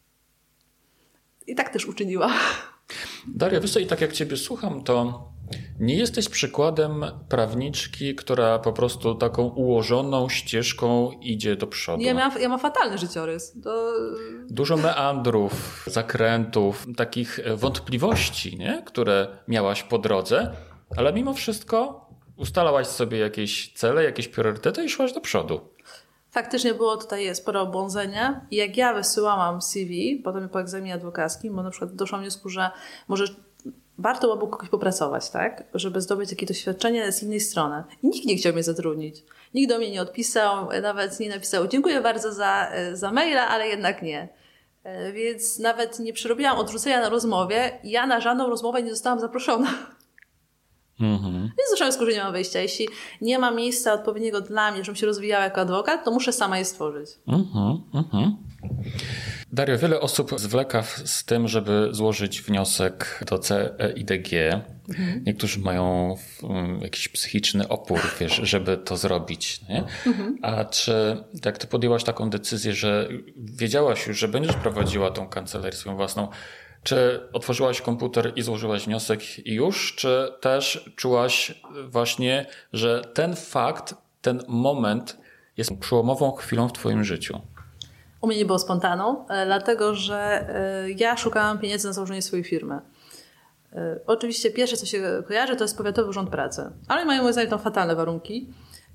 I tak też uczyniła. Daria, wiesz co, i tak jak ciebie słucham, to nie jesteś przykładem prawniczki, która po prostu taką ułożoną ścieżką idzie do przodu. Ja mam, ja mam fatalny życiorys. To... Dużo meandrów, zakrętów, takich wątpliwości, nie? Które miałaś po drodze, ale mimo wszystko ustalałaś sobie jakieś cele, jakieś priorytety i szłaś do przodu. Faktycznie było tutaj sporo błądzenia i jak ja wysyłałam C V, potem po egzaminie adwokackim, bo na przykład doszłam do wniosku, że może warto byłoby kogoś popracować, tak? Żeby zdobyć jakieś doświadczenie z innej strony. I nikt nie chciał mnie zatrudnić. Nikt do mnie nie odpisał, nawet nie napisał dziękuję bardzo za, za maila, ale jednak nie. Więc nawet nie przerobiłam odrzucenia na rozmowie. Ja na żadną rozmowę nie zostałam zaproszona. Mm-hmm. Więc doszłam do wniosku, że nie mam wyjścia. Jeśli nie ma miejsca odpowiedniego dla mnie, żebym się rozwijała jako adwokat, to muszę sama je stworzyć. Mm-hmm, mm-hmm. Dario, wiele osób zwleka z tym, żeby złożyć wniosek do C E I D G. Mhm. Niektórzy mają jakiś psychiczny opór, wiesz, żeby to zrobić. Nie? Mhm. A czy jak ty podjęłaś taką decyzję, że wiedziałaś już, że będziesz prowadziła tą kancelarię swoją własną, czy otworzyłaś komputer i złożyłaś wniosek i już? Czy też czułaś właśnie, że ten fakt, ten moment jest przełomową chwilą w twoim życiu? U mnie nie było spontaną, dlatego że ja szukałam pieniędzy na założenie swojej firmy. Oczywiście pierwsze, co się kojarzy, to jest Powiatowy Urząd Pracy. Ale mają moim zdaniem tam fatalne warunki.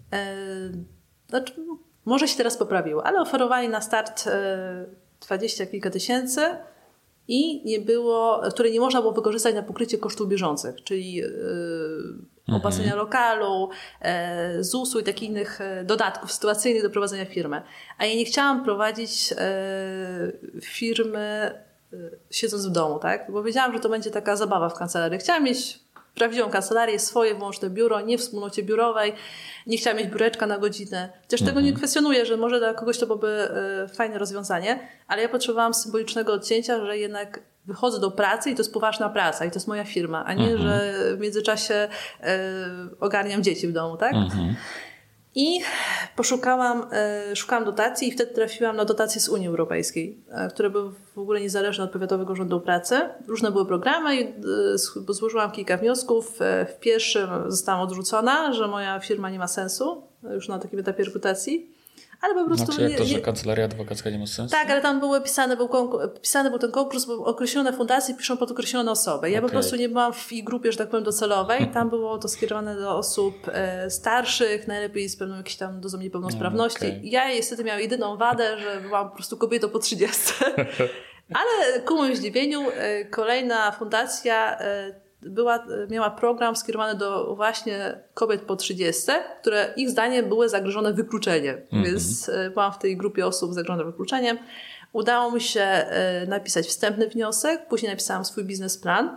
Znaczy, może się teraz poprawiło, ale oferowali na start dwadzieścia kilka tysięcy i nie było, które nie można było wykorzystać na pokrycie kosztów bieżących, czyli yy, opłacenia lokalu, yy, Z U S-u i takich innych dodatków sytuacyjnych do prowadzenia firmy. A ja nie chciałam prowadzić yy, firmy yy, siedząc w domu, tak? Bo wiedziałam, że to będzie taka zabawa w kancelarii. Chciałam mieć prawdziwą kancelarię, swoje wyłączne biuro, nie w wspólnocie biurowej. Nie chciałam mieć biureczka na godzinę. Chociaż mhm. tego nie kwestionuję, że może dla kogoś to byłoby y, fajne rozwiązanie, ale ja potrzebowałam symbolicznego odcięcia, że jednak wychodzę do pracy i to jest poważna praca i to jest moja firma, a nie, mhm. że w międzyczasie y, ogarniam dzieci w domu, tak? Mhm. I poszukałam, y, szukałam dotacji i wtedy trafiłam na dotacje z Unii Europejskiej, y, które były w ogóle niezależne od Powiatowego Urzędu Pracy. Różne były programy i y, złożyłam kilka wniosków. Y, w pierwszym zostałam odrzucona, że moja firma nie ma sensu, już na takim etapie rekrutacji. Ale po prostu znaczy jak to, nie, że kancelaria adwokacka nie ma sensu? Tak, ale tam były pisane, był konkurs, pisany był ten konkurs, bo określone fundacje piszą pod określone osoby. Ja okay. po prostu nie byłam w ich grupie, że tak powiem, docelowej. Tam było to skierowane do osób e, starszych, najlepiej z pewną jakąś tam dozą niepełnosprawności. Okay. Ja niestety miałam jedyną wadę, że byłam po prostu kobietą po trzydziestce. Ale ku mojemu zdziwieniu e, kolejna fundacja e, Była, miała program skierowany do właśnie kobiet po trzydziestce, które ich zdaniem były zagrożone wykluczeniem. Mm-hmm. Więc byłam w tej grupie osób zagrożonych wykluczeniem. Udało mi się napisać wstępny wniosek, później napisałam swój biznesplan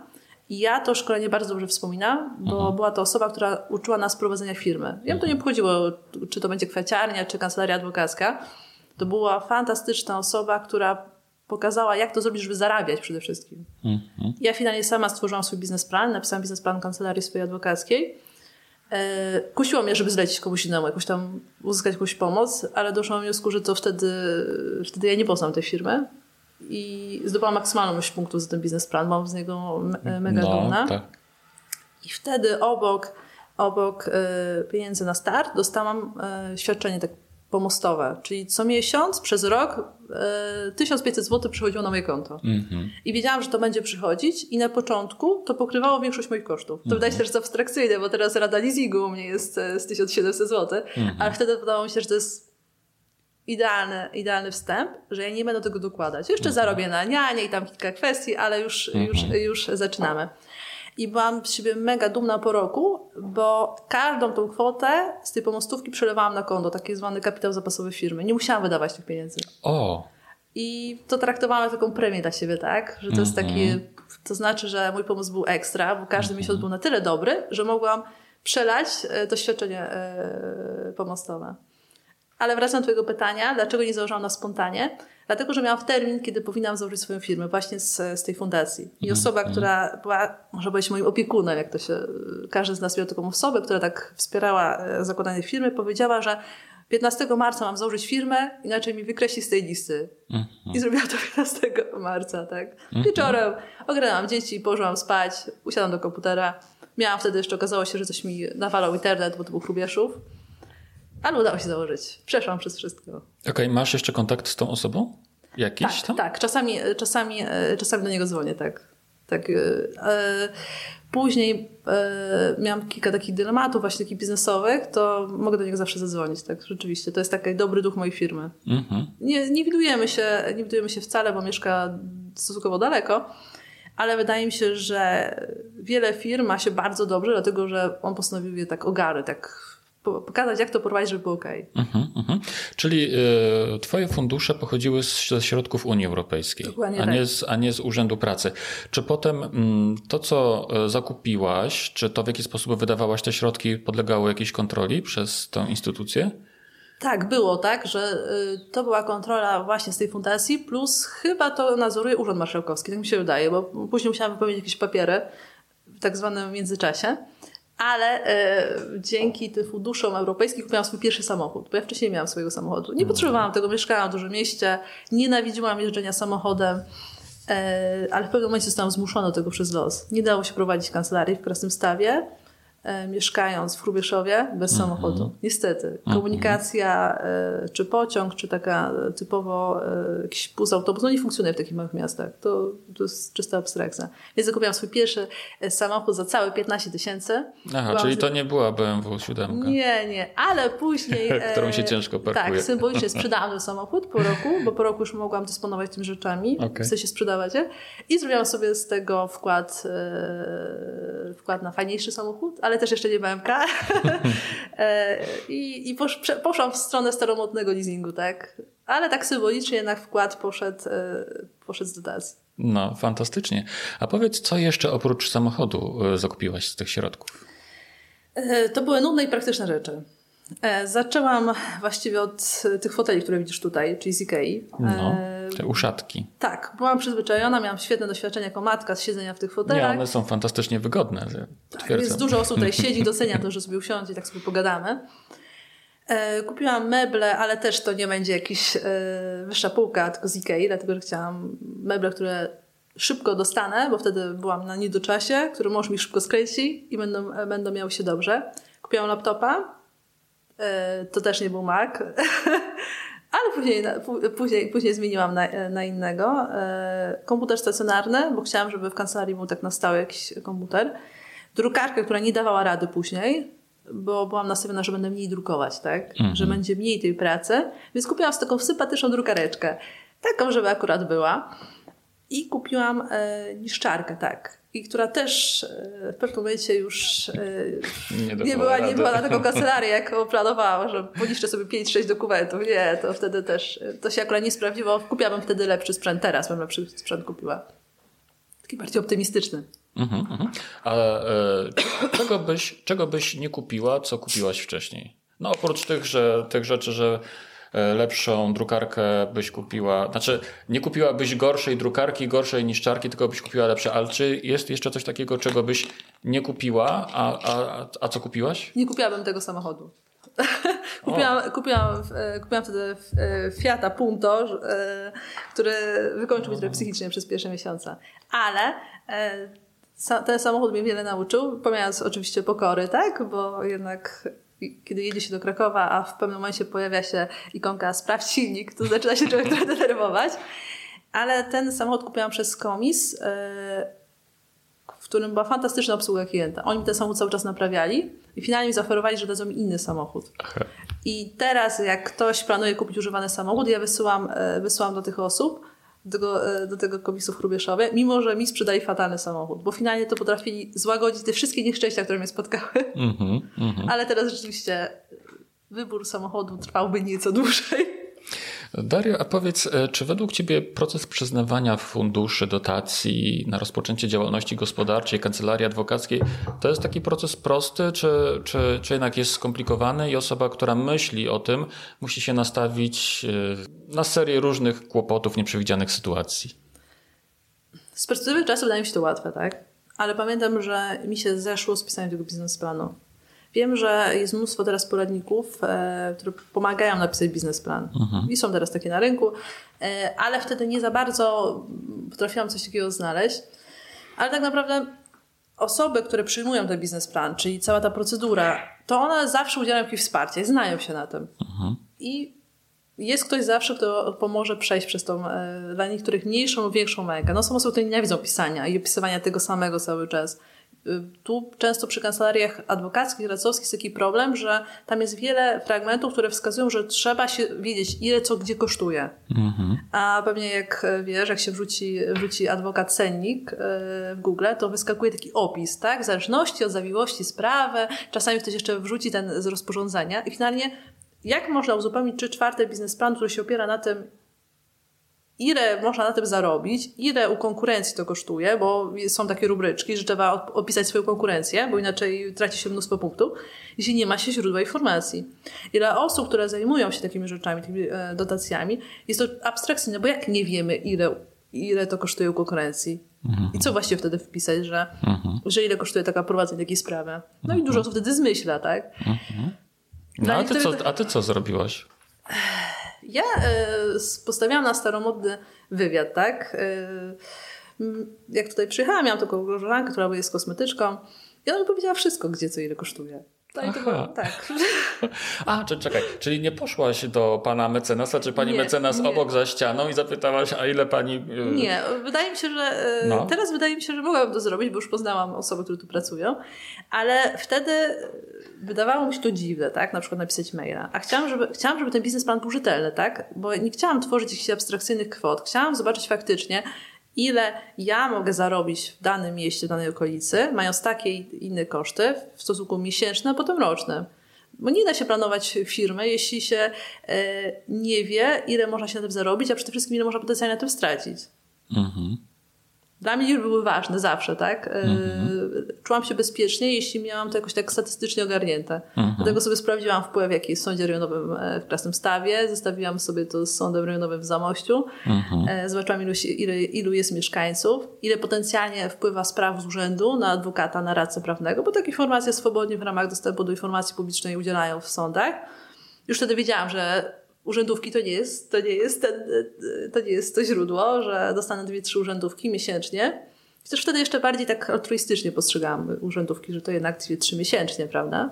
I ja to szkolenie bardzo dobrze wspominam, bo mhm. była to osoba, która uczyła nas prowadzenia firmy. Ja to nie obchodziło, czy to będzie kwiaciarnia, czy kancelaria adwokacka. To była fantastyczna osoba, która pokazała, jak to zrobić, żeby zarabiać przede wszystkim. Mhm. Ja finalnie sama stworzyłam swój biznesplan, napisałam biznesplan kancelarii swojej adwokackiej. E, kusiło mnie, żeby zlecić komuś innemu, jakoś tam uzyskać jakąś pomoc, ale doszłam do wniosku, że to wtedy, wtedy ja nie poznam tej firmy. I zdobyłam maksymalną ilość punktów za ten biznesplan. Mam z niego me- mega no, dumna. Tak. I wtedy obok, obok y, pieniędzy na start dostałam y, świadczenie tak pomostowe. Czyli co miesiąc przez rok y, tysiąc pięćset złotych przychodziło na moje konto. Mm-hmm. I wiedziałam, że to będzie przychodzić i na początku to pokrywało większość moich kosztów. To mm-hmm. wydaje się też abstrakcyjne, bo teraz rata leasingu u mnie jest z tysiąc siedemset złotych, mm-hmm. ale wtedy wydawało mi się, że to jest Idealny, idealny wstęp, że ja nie będę tego dokładać. Jeszcze mhm. zarobię na nianie i tam kilka kwestii, ale już, mhm. już, już zaczynamy. I byłam z siebie mega dumna po roku, bo każdą tą kwotę z tej pomostówki przelewałam na konto, taki zwany kapitał zapasowy firmy. Nie musiałam wydawać tych pieniędzy. O. I to traktowałam jako taką premię dla siebie, tak? Że to jest mhm. taki, to znaczy, że mój pomysł był ekstra, bo każdy mhm. miesiąc był na tyle dobry, że mogłam przelać to świadczenie yy, pomostowe. Ale wracam do twojego pytania, dlaczego nie założyłam na spontanie? Dlatego, że miałam w termin, kiedy powinnam założyć swoją firmę właśnie z, z tej fundacji. I osoba, mm. która była, może powiedzieć, moim opiekunem, jak to się, każdy z nas miał taką osobę, która tak wspierała zakładanie firmy, powiedziała, że piętnastego marca mam założyć firmę, inaczej mi wykreśli z tej listy. Mm. I zrobiłam to piętnastego marca, tak. Mm. Wieczorem ogarnęłam dzieci, położyłam spać, usiadłam do komputera. Miałam wtedy jeszcze, okazało się, że coś mi nawalał internet, bo to był Hrubieszów. Ale udało się założyć. Przeszłam przez wszystko. Okej, okay, masz jeszcze kontakt z tą osobą? Jakiś tak, tam? Tak, czasami, czasami, czasami do niego dzwonię, tak. tak. Później miałam kilka takich dylematów właśnie takich biznesowych, to mogę do niego zawsze zadzwonić, tak, rzeczywiście. To jest taki dobry duch mojej firmy. Mm-hmm. Nie, nie widujemy się, nie widujemy się wcale, bo mieszka stosunkowo daleko, ale wydaje mi się, że wiele firm ma się bardzo dobrze, dlatego, że on postanowił je tak ogary, tak pokazać, jak to prowadzić, żeby było okej. Okay. Uh-huh, uh-huh. Czyli y, twoje fundusze pochodziły z, ze środków Unii Europejskiej, Dokładnie a, tak. nie z, a nie z Urzędu Pracy. Czy potem mm, to, co zakupiłaś, czy to w jaki sposób wydawałaś te środki, podlegało jakiejś kontroli przez tę instytucję? Tak, było tak, że y, to była kontrola właśnie z tej fundacji, plus chyba to nadzoruje Urząd Marszałkowski, tak mi się wydaje, bo później musiałam wypełnić jakieś papiery w tak zwanym międzyczasie. Ale e, dzięki tym funduszom europejskim kupiłam swój pierwszy samochód, bo ja wcześniej nie miałam swojego samochodu. Nie potrzebowałam tego, mieszkałam w dużym mieście, nienawidziłam jeżdżenia samochodem, e, ale w pewnym momencie zostałam zmuszona do tego przez los. Nie dało się prowadzić kancelarii w Krasnymstawie, e, mieszkając w Hrubieszowie bez samochodu. Mm-hmm. Niestety. Komunikacja, e, czy pociąg, czy taka typowo e, jakiś bus, autobus, no nie funkcjonuje w takich małych miastach. To, to jest czysta abstrakcja. Więc zakupiłam swój pierwszy samochód za całe piętnaście tysięcy. Aha, Byłam czyli z... to nie była B M W siedem. Nie, nie, ale później... Którą się ciężko parkuje. Tak, symbolicznie sprzedałam ten samochód po roku, bo po roku już mogłam dysponować tymi rzeczami. Okay. W sensie sprzedawać je. I zrobiłam sobie z tego wkład, e, wkład na fajniejszy samochód, ale też jeszcze nie B M K. I, i posz, poszłam w stronę staromodnego leasingu, tak? Ale tak symbolicznie jednak wkład poszedł, poszedł z dotacji. No, fantastycznie. A powiedz, co jeszcze oprócz samochodu zakupiłaś z tych środków? To były nudne i praktyczne rzeczy. Zaczęłam właściwie od tych foteli, które widzisz tutaj, czyli z Ikei. No, te uszatki. Tak, byłam przyzwyczajona, miałam świetne doświadczenie jako matka z siedzenia w tych fotelach. Nie, one są fantastycznie wygodne. Tak, jest dużo osób tutaj siedzi, docenia to, że sobie usiądzie i tak sobie pogadamy. Kupiłam meble, ale też to nie będzie jakaś wyższa półka, tylko z Ikei, dlatego że chciałam meble, które szybko dostanę, bo wtedy byłam na niedoczasie, który mąż mi szybko skręci i będą, będą miały się dobrze. Kupiłam laptopa, to też nie był Mac, ale później, później, później zmieniłam na, na innego. Komputer stacjonarny, bo chciałam, żeby w kancelarii był tak na stałe jakiś komputer. Drukarkę, która nie dawała rady później, bo byłam nastawiona, że będę mniej drukować, tak? Mm-hmm. Że będzie mniej tej pracy. Więc kupiłam taką sympatyczną drukareczkę. Taką, żeby akurat była. I kupiłam e, niszczarkę, tak. I która też e, w pewnym momencie już e, nie, nie, była, nie była na taką kancelarię, jaką planowałam, że poniszczę sobie pięć sześć dokumentów. Nie, to wtedy też to się akurat nie sprawdziło. Kupiłabym wtedy lepszy sprzęt. Teraz bym lepszy sprzęt kupiła. Taki bardziej optymistyczny. Mhm, mhm. A e, czego, byś, czego byś nie kupiła, co kupiłaś wcześniej? No oprócz tych, że, tych rzeczy, że lepszą drukarkę byś kupiła, znaczy nie kupiłabyś gorszej drukarki, gorszej niszczarki, tylko byś kupiła lepsze, ale czy jest jeszcze coś takiego, czego byś nie kupiła, a, a, a co kupiłaś? Nie kupiłabym tego samochodu. kupiłam, kupiłam, kupiłam wtedy Fiata Punto, który wykończył mnie trochę psychicznie przez pierwsze miesiące. Ale ten samochód mnie wiele nauczył, pomijając oczywiście pokory, tak? Bo jednak kiedy jedzie się do Krakowa, a w pewnym momencie pojawia się ikonka sprawdź silnik, to zaczyna się człowiek trochę denerwować. Ale ten samochód kupiłam przez Komis, w którym była fantastyczna obsługa klienta. Oni ten samochód cały czas naprawiali i finalnie mi zaoferowali, że dadzą mi inny samochód. Aha. I teraz jak ktoś planuje kupić używany samochód, ja wysyłam, wysyłam do tych osób, do tego, do tego Komisu w Hrubieszowie, mimo że mi sprzedali fatalny samochód, bo finalnie to potrafili złagodzić te wszystkie nieszczęścia, które mnie spotkały. Mm-hmm, mm-hmm. Ale teraz rzeczywiście wybór samochodu trwałby nieco dłużej. Dario, a powiedz, czy według Ciebie proces przyznawania funduszy, dotacji na rozpoczęcie działalności gospodarczej, kancelarii adwokackiej, to jest taki proces prosty, czy, czy, czy jednak jest skomplikowany i osoba, która myśli o tym, musi się nastawić na serię różnych kłopotów, nieprzewidzianych sytuacji? Z perspektywy czasu wydaje mi się to łatwe, tak? Ale pamiętam, że mi się zeszło z pisaniem tego biznesplanu. Wiem, że jest mnóstwo teraz poradników, e, które pomagają napisać biznesplan. Mhm. I są teraz takie na rynku, e, ale wtedy nie za bardzo potrafiłam coś takiego znaleźć. Ale tak naprawdę osoby, które przyjmują ten biznesplan, czyli cała ta procedura, to one zawsze udzielają jakiegoś wsparcia i znają się na tym. Mhm. I jest ktoś zawsze, kto pomoże przejść przez tą e, dla niektórych mniejszą lub większą mękę. No są osoby, które nienawidzą pisania i opisywania tego samego cały czas. Tu często przy kancelariach adwokackich, radcowskich jest taki problem, że tam jest wiele fragmentów, które wskazują, że trzeba się wiedzieć, ile co gdzie kosztuje. Mm-hmm. A pewnie jak wiesz, jak się wrzuci, wrzuci adwokat cennik w Google, to wyskakuje taki opis, tak? W zależności od zawiłości sprawy, czasami ktoś jeszcze wrzuci ten z rozporządzenia i finalnie jak można uzupełnić trzy czwarte biznesplanu, który się opiera na tym, ile można na tym zarobić, ile u konkurencji to kosztuje, bo są takie rubryczki, że trzeba opisać swoją konkurencję, bo inaczej traci się mnóstwo punktów, jeśli nie ma się źródła informacji. Ile osób, które zajmują się takimi rzeczami, takimi dotacjami, jest to abstrakcyjne, bo jak nie wiemy, ile, ile to kosztuje u konkurencji? Mhm. I co właściwie wtedy wpisać, że, mhm. że ile kosztuje taka prowadzenie takiej sprawy? No mhm. i dużo osób wtedy zmyśla, tak? Mhm. No a ty, co, a ty co zrobiłaś? Ja y, postawiłam na staromodny wywiad, tak? Y, jak tutaj przyjechałam, miałam taką koleżankę, która jest kosmetyczką i ona mi powiedziała wszystko, gdzie co ile kosztuje. Tak, to było, tak. A, czy, czekaj, czyli nie poszłaś do pana mecenasa, czy pani nie, mecenas nie. obok za ścianą i zapytałaś, a ile pani... Yy... Nie, wydaje mi się, że no. teraz wydaje mi się, że mogłabym to zrobić, bo już poznałam osoby, które tu pracują, ale wtedy wydawało mi się to dziwne, tak, na przykład napisać maila, a chciałam, żeby, chciałam, żeby ten biznesplan był rzetelny, tak, bo nie chciałam tworzyć jakichś abstrakcyjnych kwot, chciałam zobaczyć faktycznie, ile ja mogę zarobić w danym mieście, w danej okolicy, mając takie i inne koszty w stosunku miesięczne, a potem roczne. Bo nie da się planować firmy, jeśli się e, nie wie, ile można się na tym zarobić, a przede wszystkim ile można potencjalnie na tym stracić. Mhm. Dla mnie liczby były ważne zawsze, tak? Mhm. Czułam się bezpiecznie, jeśli miałam to jakoś tak statystycznie ogarnięte. Mhm. Dlatego sobie sprawdziłam wpływ, jaki jest w sądzie rejonowym w Krasnym Stawie, zestawiłam sobie to z sądem rejonowym w Zamościu, mhm. zobaczyłam ilu, ile, ilu jest mieszkańców, ile potencjalnie wpływa spraw z urzędu na adwokata, na radcę prawnego, bo takie informacje swobodnie w ramach dostępu do informacji publicznej udzielają w sądach. Już wtedy wiedziałam, że urzędówki to nie jest, to nie jest, ten, to nie jest to źródło, że dostanę dwie, trzy urzędówki miesięcznie. I też wtedy jeszcze bardziej tak altruistycznie postrzegałam urzędówki, że to jednak dwie, trzy miesięcznie, prawda?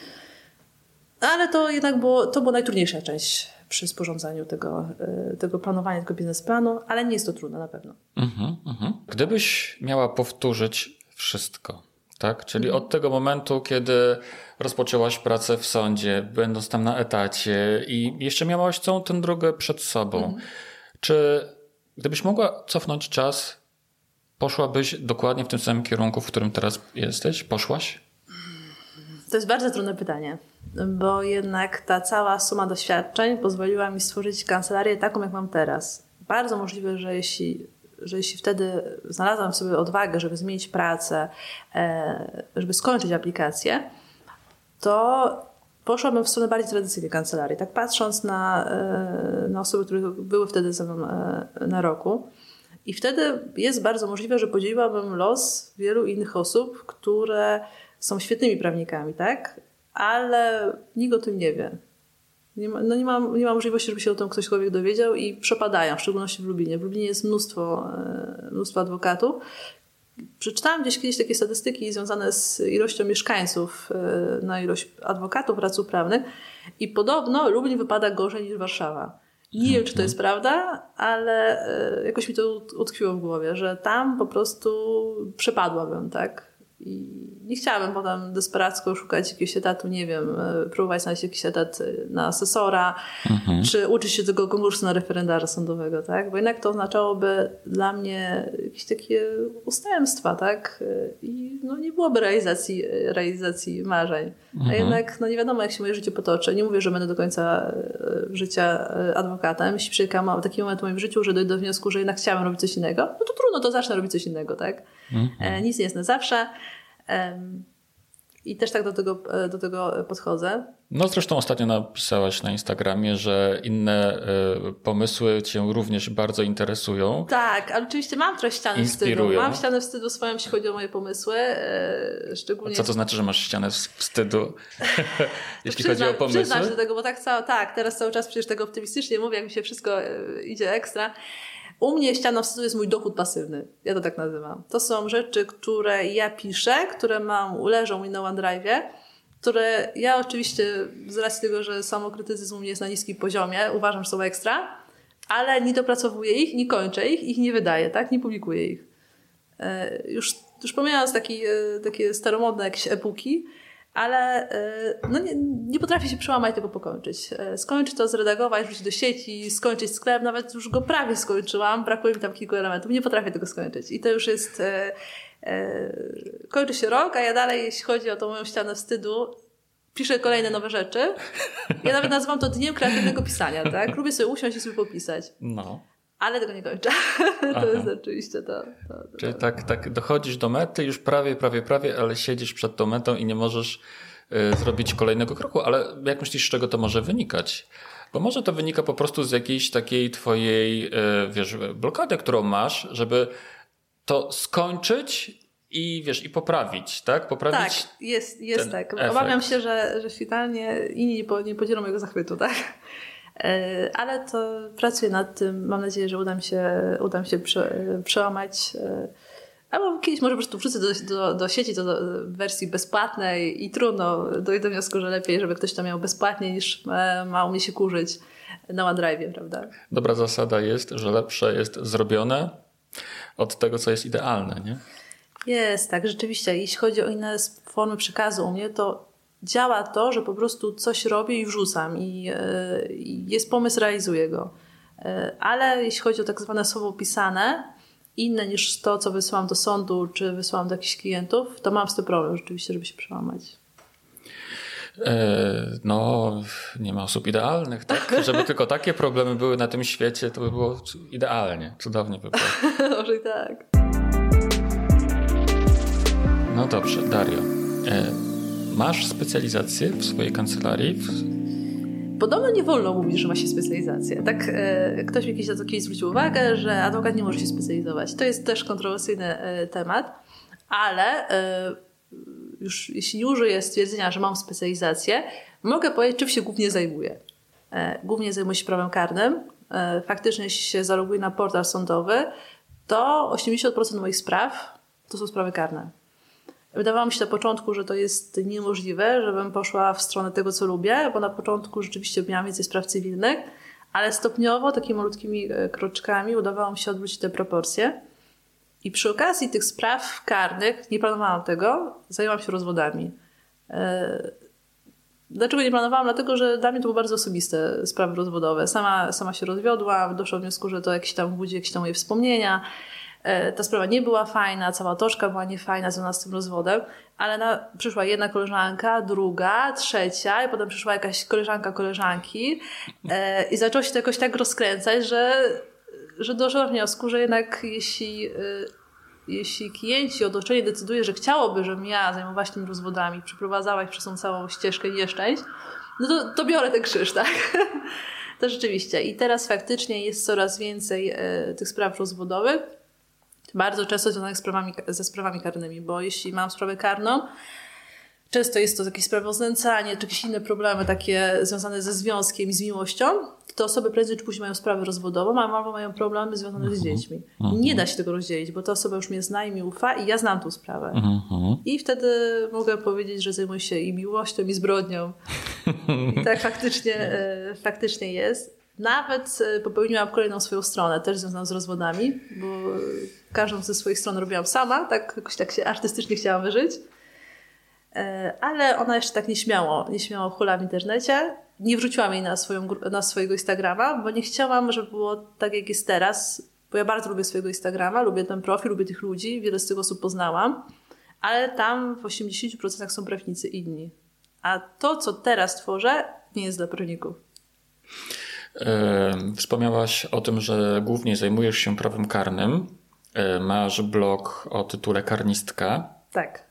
Ale to jednak było, to była najtrudniejsza część przy sporządzaniu tego, tego planowania, tego biznesplanu, ale nie jest to trudne na pewno. Mhm, mhm. Gdybyś miała powtórzyć wszystko, tak? Czyli mhm. od tego momentu, kiedy rozpoczęłaś pracę w sądzie, będąc tam na etacie i jeszcze miałaś całą tę drogę przed sobą. Mhm. Czy gdybyś mogła cofnąć czas, poszłabyś dokładnie w tym samym kierunku, w którym teraz jesteś? Poszłaś? To jest bardzo trudne pytanie, bo jednak ta cała suma doświadczeń pozwoliła mi stworzyć kancelarię taką, jak mam teraz. Bardzo możliwe, że jeśli że jeśli wtedy znalazłam sobie odwagę, żeby zmienić pracę, żeby skończyć aplikację, to poszłabym w stronę bardziej tradycyjnej kancelarii. Tak patrząc na, na osoby, które były wtedy ze mną na roku. I wtedy jest bardzo możliwe, że podzieliłabym los wielu innych osób, które są świetnymi prawnikami, tak? Ale nikt o tym nie wie. Nie ma, no nie ma, nie ma możliwości, żeby się o tym ktośkolwiek dowiedział i przepadają, w szczególności w Lublinie. W Lublinie jest mnóstwo, mnóstwo adwokatów. Przeczytałam gdzieś kiedyś takie statystyki związane z ilością mieszkańców na ilość adwokatów, radców prawnych i podobno Lublin wypada gorzej niż Warszawa. Nie wiem, czy to jest prawda, ale jakoś mi to utkwiło w głowie, że tam po prostu przepadłabym, tak? I nie chciałabym potem desperacko szukać jakiegoś etatu, nie wiem, próbować znaleźć jakiś etat na asesora, mhm. czy uczyć się tego konkursu na referendarza sądowego, tak? Bo jednak to oznaczałoby dla mnie jakieś takie ustępstwa, tak? I no, nie byłoby realizacji, realizacji marzeń. Mhm. A jednak no, nie wiadomo, jak się moje życie potoczy. Nie mówię, że będę do końca życia adwokatem. Jeśli przyjechałam taki moment w moim życiu, że dojdę do wniosku, że jednak chciałam robić coś innego, no to trudno, to zacznę robić coś innego, tak? Mhm. Nic nie jest na zawsze. I też tak do tego, do tego podchodzę. No zresztą ostatnio napisałaś na Instagramie, że inne pomysły cię również bardzo interesują. Tak, ale oczywiście mam trochę ścianę inspirują. wstydu. Mam ścianę wstydu swoją, jeśli chodzi o moje pomysły. Szczególnie... A co to znaczy, że masz ścianę wstydu, jeśli przyznam, chodzi o pomysły? Przyznam się do tego, bo tak, cała, tak, teraz cały czas przecież tego optymistycznie mówię, jak mi się wszystko idzie ekstra. U mnie ściana wstydu jest mój dochód pasywny. Ja to tak nazywam. To są rzeczy, które ja piszę, które mam, leżą mi na OneDrive'ie, które ja oczywiście z racji tego, że samokrytycyzm u mnie jest na niskim poziomie, uważam, że są ekstra, ale nie dopracowuję ich, nie kończę ich, ich nie wydaję, tak? Nie publikuję ich. Już, już pomijając taki, takie staromodne jakieś e-booki, ale no nie, nie potrafię się przełamać tego pokończyć. Skończyć to, zredagować, wrócić do sieci, skończyć sklep, nawet już go prawie skończyłam, brakuje mi tam kilku elementów, nie potrafię tego skończyć. I to już jest, e, e, kończy się rok, a ja dalej, jeśli chodzi o tą moją ścianę wstydu, piszę kolejne nowe rzeczy. Ja nawet nazywam to dniem kreatywnego pisania, tak? Lubię sobie usiąść i sobie popisać. No. Ale tego nie kończę. To Aha. jest oczywiście to. to, to Czyli tak, tak dochodzisz do mety, już prawie, prawie, prawie, ale siedzisz przed tą metą i nie możesz y, zrobić kolejnego kroku. Ale jak myślisz, z czego to może wynikać? Bo może to wynika po prostu z jakiejś takiej twojej, y, wiesz, blokady, którą masz, żeby to skończyć i wiesz, i poprawić, tak? Poprawić tak, jest, jest tak. Efekt. Obawiam się, że, że finalnie inni nie, po, nie podzielą mojego zachwytu, tak? Ale to pracuję nad tym. Mam nadzieję, że uda mi się, uda mi się prze, przełamać. Albo kiedyś może po prostu wrzucę do, do, do sieci to do wersji bezpłatnej i trudno dojść do wniosku, że lepiej, żeby ktoś to miał bezpłatnie, niż ma u mnie się kurzyć na OneDrive'ie, prawda? Dobra zasada jest, że lepsze jest zrobione od tego, co jest idealne, nie? Jest, tak, rzeczywiście. Jeśli chodzi o inne formy przekazu u mnie, to działa to, że po prostu coś robię i wrzucam i, i jest pomysł, realizuję go. Ale jeśli chodzi o tak zwane słowo pisane, inne niż to, co wysyłam do sądu, czy wysyłam do jakichś klientów, to mam z tym problem rzeczywiście, żeby się przełamać. No, nie ma osób idealnych, tak? Żeby tylko takie problemy były na tym świecie, to by było idealnie, cudownie by było. Może i tak. No dobrze, Dario. Masz specjalizację w swojej kancelarii? Podobno nie wolno mówić, że ma się specjalizację. Tak, e, ktoś mi kiedyś na to kiedyś zwrócił uwagę, że adwokat nie może się specjalizować. To jest też kontrowersyjny e, temat, ale e, już jeśli nie użyję stwierdzenia, że mam specjalizację, mogę powiedzieć, czym się głównie zajmuję. E, głównie zajmuję się prawem karnym. E, faktycznie, jeśli się zaloguję na portal sądowy, to osiemdziesiąt procent moich spraw to są sprawy karne. Wydawało mi się na początku, że to jest niemożliwe, żebym poszła w stronę tego, co lubię, bo na początku rzeczywiście miałam więcej spraw cywilnych, ale stopniowo, takimi malutkimi kroczkami udawało mi się odwrócić te proporcje. I przy okazji tych spraw karnych, nie planowałam tego, zajęłam się rozwodami. Dlaczego nie planowałam? Dlatego, że dla mnie to były bardzo osobiste sprawy rozwodowe. Sama, sama się rozwiodłam, doszłam do wniosku, że to jakieś tam budzi jakieś tam moje wspomnienia. Ta sprawa nie była fajna, cała otoczka była niefajna związana z tym rozwodem, ale na, przyszła jedna koleżanka, druga, trzecia i potem przyszła jakaś koleżanka koleżanki e, i zaczęło się to jakoś tak rozkręcać, że że doszłam wniosku, że jednak jeśli, jeśli klienci, otoczenie decyduje, że chciałoby, żebym ja zajmowała się tymi rozwodami, przeprowadzała ich przez tą całą ścieżkę nieszczęść, no to, to biorę ten krzyż, tak? To rzeczywiście. I teraz faktycznie jest coraz więcej e, tych spraw rozwodowych, bardzo często związanych z sprawami, ze sprawami karnymi, bo jeśli mam sprawę karną, często jest to jakieś sprawoznęcanie, czy jakieś inne problemy takie związane ze związkiem i z miłością, to osoby prędzej czy później mają sprawę rozwodową, albo mają problemy związane uh-huh. z dziećmi. Uh-huh. Nie da się tego rozdzielić, bo ta osoba już mnie zna i mi ufa i ja znam tą sprawę. Uh-huh. I wtedy mogę powiedzieć, że zajmuję się i miłością, i zbrodnią. I tak faktycznie, e, faktycznie jest. Nawet popełniłam kolejną swoją stronę, też związaną z rozwodami, bo każdą ze swoich stron robiłam sama, tak jakoś tak się artystycznie chciałam wyżyć. Ale ona jeszcze tak nieśmiało, nieśmiało hula w internecie. Nie wrzuciłam jej na, swoją, na swojego Instagrama, bo nie chciałam, żeby było tak jak jest teraz, bo ja bardzo lubię swojego Instagrama, lubię ten profil, lubię tych ludzi, wiele z tych osób poznałam, ale tam w osiemdziesięciu procentach są prawnicy inni. A to, co teraz tworzę, nie jest dla prawników. Wspomniałaś o tym, że głównie zajmujesz się prawem karnym. Masz blog o tytule Karnistka. Tak.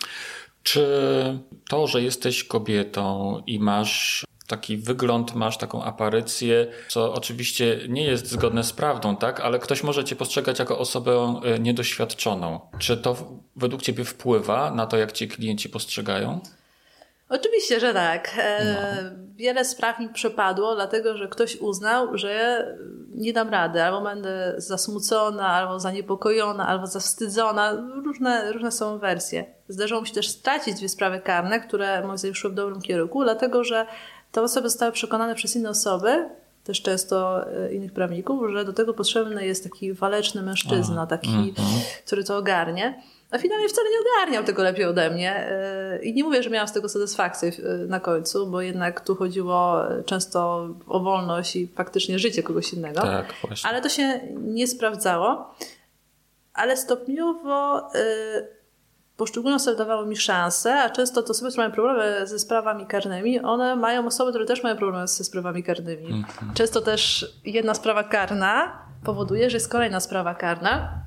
Czy to, że jesteś kobietą i masz taki wygląd, masz taką aparycję, co oczywiście nie jest zgodne z prawdą, tak? Ale ktoś może cię postrzegać jako osobę niedoświadczoną. Czy to według ciebie wpływa na to, jak cię klienci postrzegają? Oczywiście, że tak. No. Wiele spraw mi przepadło, dlatego że ktoś uznał, że nie dam rady, albo będę zasmucona, albo zaniepokojona, albo zawstydzona. Różne, różne są wersje. Zdarzyło mi się też stracić dwie sprawy karne, które moim zdaniem szły w dobrym kierunku, dlatego że te osoby zostały przekonane przez inne osoby, też często innych prawników, że do tego potrzebny jest taki waleczny mężczyzna, taki, mm-hmm. który to ogarnie. A finalnie wcale nie ogarniał tego lepiej ode mnie i nie mówię, że miałam z tego satysfakcję na końcu, bo jednak tu chodziło często o wolność i faktycznie życie kogoś innego. Tak, właśnie. Ale to się nie sprawdzało. Ale stopniowo y, poszczególne osoby dawały mi szansę, a często to osoby, które mają problemy ze sprawami karnymi, one mają osoby, które też mają problemy ze sprawami karnymi. Mm-hmm. Często też jedna sprawa karna powoduje, że jest kolejna sprawa karna.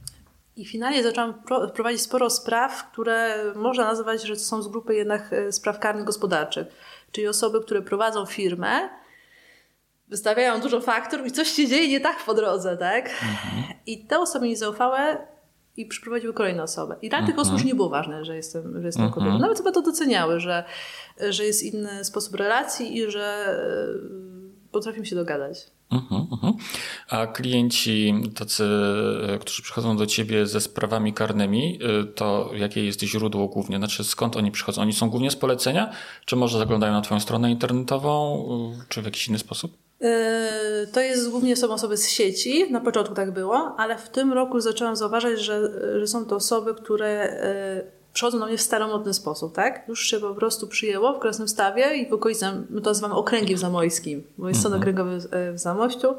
I finalnie zaczęłam prowadzić sporo spraw, które można nazwać, że to są z grupy jednak spraw karnych gospodarczych. Czyli osoby, które prowadzą firmę, wystawiają dużo faktur i coś się dzieje nie tak po drodze, tak? Mhm. I te osoby mi zaufały i przyprowadziły kolejne osoby. I dla mhm. tych osób już nie było ważne, że jestem, że jestem mhm. kobietą. Nawet chyba to doceniały, że, że jest inny sposób relacji i że potrafimy się dogadać. Uh-huh, uh-huh. A klienci tacy, którzy przychodzą do ciebie ze sprawami karnymi, to jakie jest źródło głównie? Znaczy skąd oni przychodzą? Oni są głównie z polecenia? Czy może zaglądają na twoją stronę internetową? Czy w jakiś inny sposób? To jest głównie są osoby z sieci. Na początku tak było, ale w tym roku zaczęłam zauważać, że, że są to osoby, które przychodzą do mnie w staromodny sposób, tak? Już się po prostu przyjęło w Krasnostawie i w okolicy, my to nazywamy okręgiem zamojskim, bo jest sąd okręgowy w Zamościu,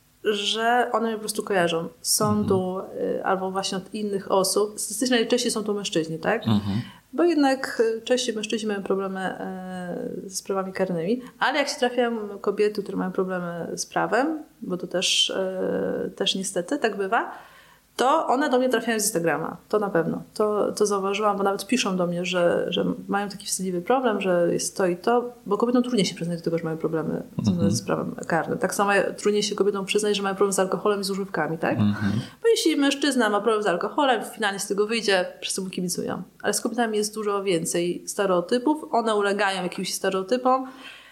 że one mnie po prostu kojarzą z sądu mm-hmm. albo właśnie od innych osób. Statystycznie najczęściej są to mężczyźni, tak? Mm-hmm. Bo jednak częściej mężczyźni mają problemy ze sprawami karnymi, ale jak się trafiają kobiety, które mają problemy z prawem, bo to też, też niestety tak bywa, to one do mnie trafiają z Instagrama. To na pewno. To, to zauważyłam, bo nawet piszą do mnie, że, że mają taki wstydliwy problem, że jest to i to, bo kobietom trudniej się przyznać do tego, że mają problemy mm-hmm. z prawem karnym. Tak samo trudniej się kobietom przyznać, że mają problem z alkoholem i z używkami, tak? Mm-hmm. Bo jeśli mężczyzna ma problem z alkoholem, finalnie z tego wyjdzie, wszyscy mu kibicują. Ale z kobietami jest dużo więcej stereotypów. One ulegają jakimś stereotypom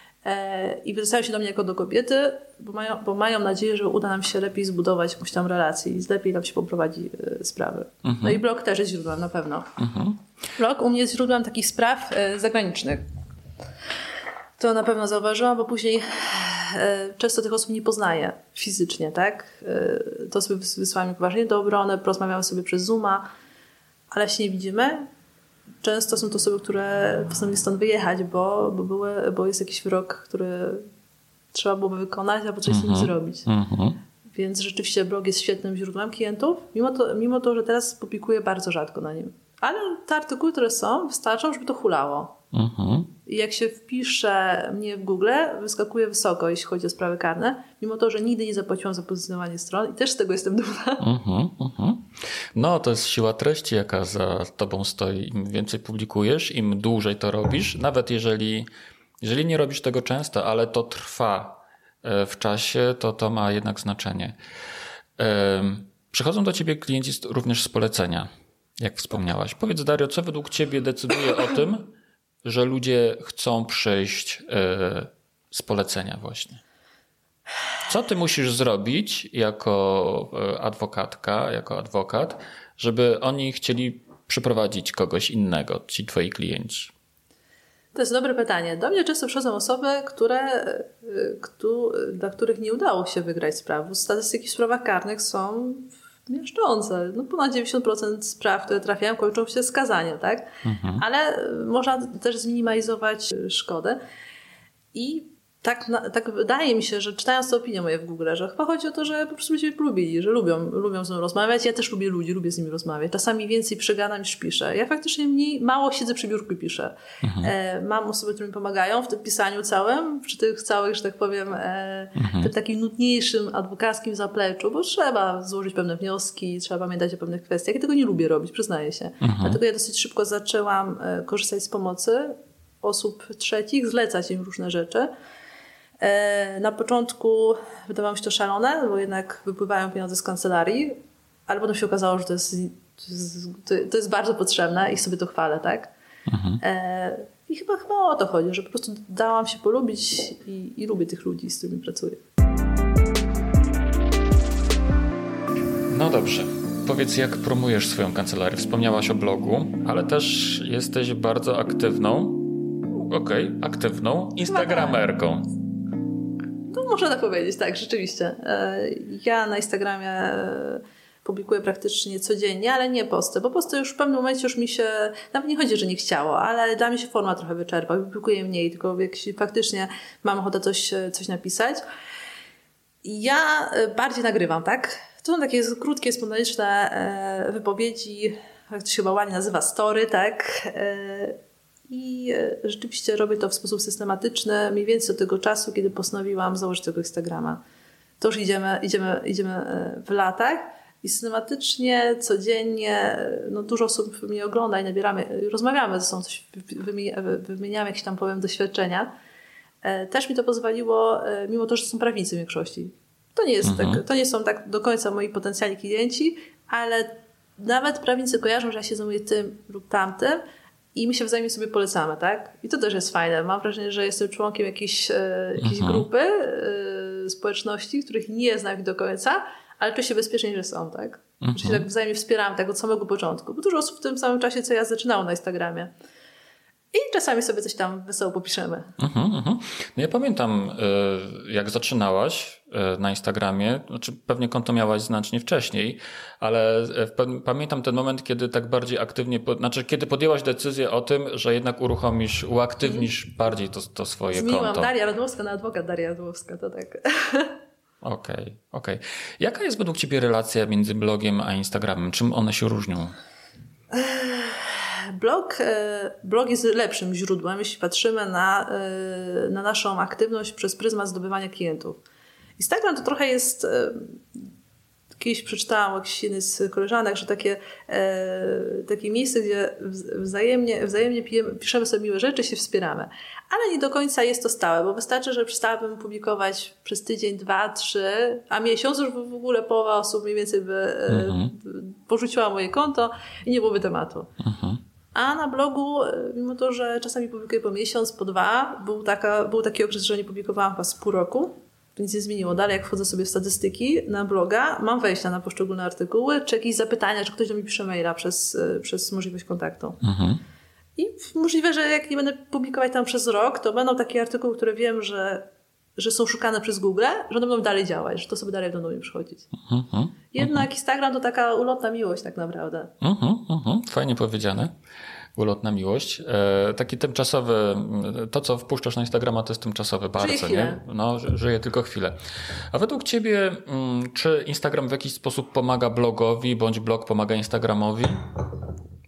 i zwracają się do mnie jako do kobiety, bo mają, bo mają nadzieję, że uda nam się lepiej zbudować jakąś tam relację i lepiej nam się poprowadzi sprawy. Mhm. No i blog też jest źródłem na pewno. Mhm. Blog u mnie jest źródłem takich spraw zagranicznych. To na pewno zauważyłam, bo później często tych osób nie poznaję fizycznie, tak? To osoby wysłały mi poważnie do obrony, porozmawiamy sobie przez Zooma, ale się nie widzimy. Często są to osoby, które postanowili stąd wyjechać, bo, bo, były, bo jest jakiś wyrok, który trzeba byłoby wykonać, albo coś z nim zrobić. Mm-hmm. Więc rzeczywiście blog jest świetnym źródłem klientów, mimo to, mimo to, że teraz publikuję bardzo rzadko na nim. Ale te artykuły, które są, wystarczą, żeby to hulało. Mm-hmm. I jak się wpisze mnie w Google, wyskakuje wysoko, jeśli chodzi o sprawy karne, mimo to, że nigdy nie zapłaciłam za pozycjonowanie stron i też z tego jestem dumna. Uh-huh, uh-huh. No to jest siła treści, jaka za tobą stoi. Im więcej publikujesz, im dłużej to robisz, nawet jeżeli, jeżeli nie robisz tego często, ale to trwa w czasie, to to ma jednak znaczenie. Przychodzą do ciebie klienci również z polecenia, jak wspomniałaś. Powiedz, Dario, co według ciebie decyduje o tym, że ludzie chcą przyjść z polecenia właśnie? Co ty musisz zrobić jako adwokatka, jako adwokat, żeby oni chcieli przyprowadzić kogoś innego, ci twoi klienci? To jest dobre pytanie. Do mnie często przychodzą osoby, które, dla których nie udało się wygrać spraw. Statystyki w sprawach karnych są miażdżące. No ponad dziewięćdziesiąt procent spraw, które trafiają, kończą się skazaniem, tak? Mhm. Ale można też zminimalizować szkodę. I tak, tak wydaje mi się, że czytając te opinie moje w Google, że chyba chodzi o to, że po prostu ludzie mnie polubili, że lubią, lubią ze mną rozmawiać. Ja też lubię ludzi, lubię z nimi rozmawiać. Czasami więcej przegadam niż piszę. Ja faktycznie mniej, mało siedzę przy biurku i piszę. Mhm. E, mam osoby, które mi pomagają w tym pisaniu całym, przy tych całych, że tak powiem, e, mhm. tym takim nudniejszym adwokackim zapleczu, bo trzeba złożyć pewne wnioski, trzeba pamiętać o pewnych kwestiach. Ja tego nie lubię robić, przyznaję się. Mhm. Dlatego ja dosyć szybko zaczęłam e, korzystać z pomocy osób trzecich, zlecać im różne rzeczy. Na początku wydawało mi się to szalone, bo jednak wypływają pieniądze z kancelarii, ale potem się okazało, że to jest, to jest, to jest bardzo potrzebne i sobie to chwalę, tak? Mhm. I chyba, chyba o to chodzi, że po prostu dałam się polubić i, i lubię tych ludzi, z którymi pracuję. No dobrze. Powiedz, jak promujesz swoją kancelarię? Wspomniałaś o blogu, ale też jesteś bardzo aktywną, okej, okay, aktywną instagramerką. No, można tak powiedzieć, tak, rzeczywiście. Ja na Instagramie publikuję praktycznie codziennie, ale nie posty, bo posty już w pewnym momencie już mi się, nawet nie chodzi, że nie chciało, ale dla mnie się forma trochę wyczerpa, publikuję mniej, tylko jak faktycznie mam ochotę coś, coś napisać. Ja bardziej nagrywam, tak? To są takie krótkie, spontaniczne wypowiedzi, jak to się chyba ładnie nazywa, story, tak? I rzeczywiście robię to w sposób systematyczny, mniej więcej do tego czasu, kiedy postanowiłam założyć tego Instagrama. To już idziemy, idziemy, idziemy w latach i systematycznie, codziennie, no dużo osób mnie ogląda i nabieramy, rozmawiamy ze sobą, coś wymieniamy jakieś tam, powiem, doświadczenia. Też mi to pozwoliło, mimo to, że są prawnicy w większości. To nie jest mhm. tak, to nie są tak do końca moi potencjalni klienci, ale nawet prawnicy kojarzą, że ja się zajmuję tym lub tamtym, i my się wzajemnie sobie polecamy, tak? I to też jest fajne. Mam wrażenie, że jestem członkiem jakiejś, e, jakiejś mhm. grupy, e, społeczności, których nie znam do końca, ale czuję się bezpiecznie, że są, tak? Mhm. Że się tak wzajemnie wspieramy tak od samego początku. Bo dużo osób w tym samym czasie, co ja zaczynało na Instagramie. I czasami sobie coś tam wesoło popiszemy. Mhm, mhm. No ja pamiętam, jak zaczynałaś na Instagramie, znaczy pewnie konto miałaś znacznie wcześniej, ale pamiętam ten moment, kiedy tak bardziej aktywnie, znaczy kiedy podjęłaś decyzję o tym, że jednak uruchomisz, uaktywnisz mhm. bardziej to, to swoje Zmieniłam konto. Daria Radłowska na adwokat Daria Radłowska, to tak. Okej, okay, okej. Okay. Jaka jest według ciebie relacja między blogiem a Instagramem? Czym one się różnią? Blog, blog jest lepszym źródłem, jeśli patrzymy na, na naszą aktywność przez pryzmat zdobywania klientów. Instagram to trochę jest, kiedyś przeczytałam jakiś jeden z koleżanek, że takie, takie miejsce, gdzie wzajemnie, wzajemnie piszemy sobie miłe rzeczy, się wspieramy. Ale nie do końca jest to stałe, bo wystarczy, że przestałabym publikować przez tydzień, dwa, trzy, a miesiąc już w ogóle połowa osób mniej więcej by mhm. porzuciła moje konto i nie byłoby tematu. Mhm. A na blogu, mimo to, że czasami publikuję po miesiąc, po dwa, był, taka, był taki okres, że nie publikowałam chyba z pół roku. To nic nie zmieniło. Dalej jak wchodzę sobie w statystyki na bloga, mam wejścia na poszczególne artykuły, czy jakieś zapytania, czy ktoś do mnie pisze maila przez, przez możliwość kontaktu. Mhm. I możliwe, że jak nie będę publikować tam przez rok, to będą takie artykuły, które wiem, że, że są szukane przez Google, że one będą dalej działać, że to sobie dalej będą mi przychodzić. Mhm. Jednak Instagram to taka ulotna miłość tak naprawdę. Mhm, mhm. Fajnie powiedziane. Ulotna miłość. E, taki tymczasowy, to co wpuszczasz na Instagrama, to jest tymczasowe bardzo, nie? No, żyje tylko chwilę. A według ciebie, czy Instagram w jakiś sposób pomaga blogowi, bądź blog pomaga Instagramowi?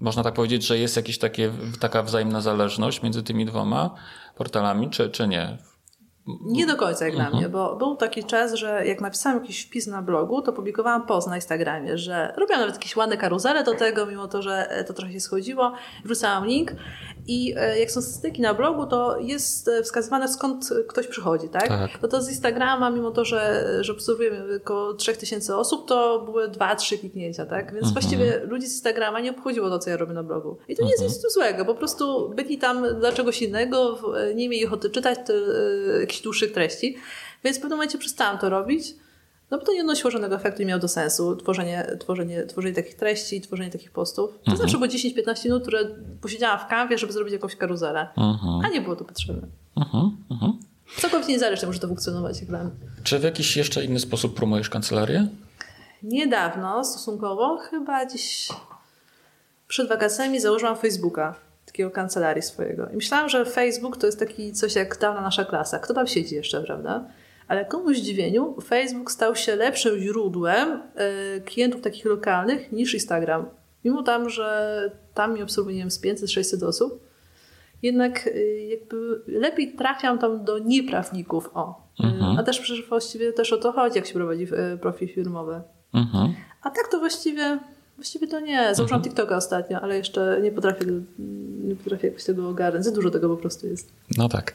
można tak powiedzieć, że jest jakaś takie, taka wzajemna zależność między tymi dwoma portalami, czy, czy nie? Nie do końca jak mhm. dla mnie, bo był taki czas, że jak napisałam jakiś wpis na blogu, to publikowałam post na Instagramie, że robiłam nawet jakieś ładne karuzele do tego, mimo to, że to trochę się schodziło. Wrzucałam link i jak są statystyki na blogu, to jest wskazywane, skąd ktoś przychodzi, tak? tak. No to z Instagrama, mimo to, że, że obserwujemy około trzech tysięcy osób, to były dwa, trzy kliknięcia, tak? Więc mhm. właściwie ludzi z Instagrama nie obchodziło to, co ja robię na blogu. I to nie mhm. jest nic złego, po prostu byli tam dla czegoś innego, nie mieli ochoty czytać te, jakichś dłuższych treści, więc w pewnym momencie przestałam to robić, no bo to nie odnosiło żadnego efektu, nie miało do sensu tworzenie, tworzenie, tworzenie takich treści, tworzenie takich postów. To mhm. znaczy było dziesięć piętnaście minut, które posiedziałam w Canvie, żeby zrobić jakąś karuzelę, mhm. a nie było to potrzebne. Mhm. Mhm. Całkowicie niezależnie może to funkcjonować jak dla mnie. Czy w jakiś jeszcze inny sposób promujesz kancelarię? Niedawno, stosunkowo, chyba gdzieś przed wakacjami założyłam Facebooka, takiego kancelarii swojego. I myślałam, że Facebook to jest taki coś jak dawna nasza klasa. Kto tam siedzi jeszcze, prawda? Ale komuś zdziwieniu Facebook stał się lepszym źródłem y, klientów takich lokalnych niż Instagram. Mimo tam, że tam mi obserwuje, nie wiem, z pięćset sześćset osób, jednak y, jakby lepiej trafiam tam do nieprawników. O. Mhm. A też przecież właściwie też o to chodzi, jak się prowadzi y, profil firmowy. Mhm. A tak to właściwie... Właściwie to nie. Założyłam mhm. TikToka ostatnio, ale jeszcze nie potrafię, nie potrafię jakoś tego ogarnąć. Za dużo tego po prostu jest. No tak.